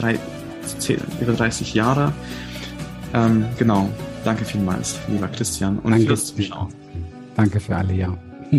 Speaker 2: 30 Jahre. Genau. Danke vielmals, lieber Christian. Und
Speaker 1: danke
Speaker 2: fürs Zuschauen.
Speaker 1: Danke für alle, ja.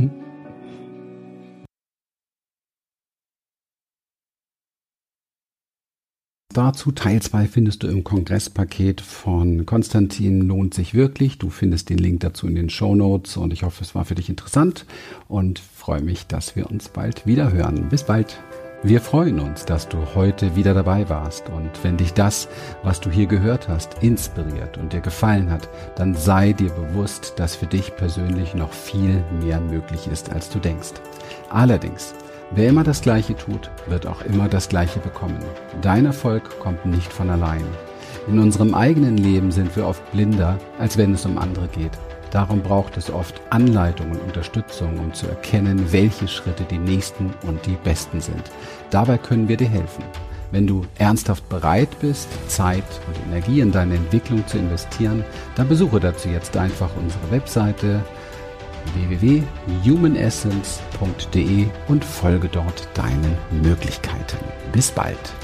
Speaker 1: Dazu Teil 2 findest du im Kongresspaket von Konstantin Lohnt sich wirklich. Du findest den Link dazu in den Shownotes und ich hoffe, es war für dich interessant und freue mich, dass wir uns bald wieder hören. Bis bald. Wir freuen uns, dass du heute wieder dabei warst und wenn dich das, was du hier gehört hast, inspiriert und dir gefallen hat, dann sei dir bewusst, dass für dich persönlich noch viel mehr möglich ist, als du denkst. Allerdings, wer immer das Gleiche tut, wird auch immer das Gleiche bekommen. Dein Erfolg kommt nicht von allein. In unserem eigenen Leben sind wir oft blinder, als wenn es um andere geht. Darum braucht es oft Anleitung und Unterstützung, um zu erkennen, welche Schritte die nächsten und die besten sind. Dabei können wir dir helfen. Wenn du ernsthaft bereit bist, Zeit und Energie in deine Entwicklung zu investieren, dann besuche dazu jetzt einfach unsere Webseite www.humanessence.de und folge dort deinen Möglichkeiten. Bis bald!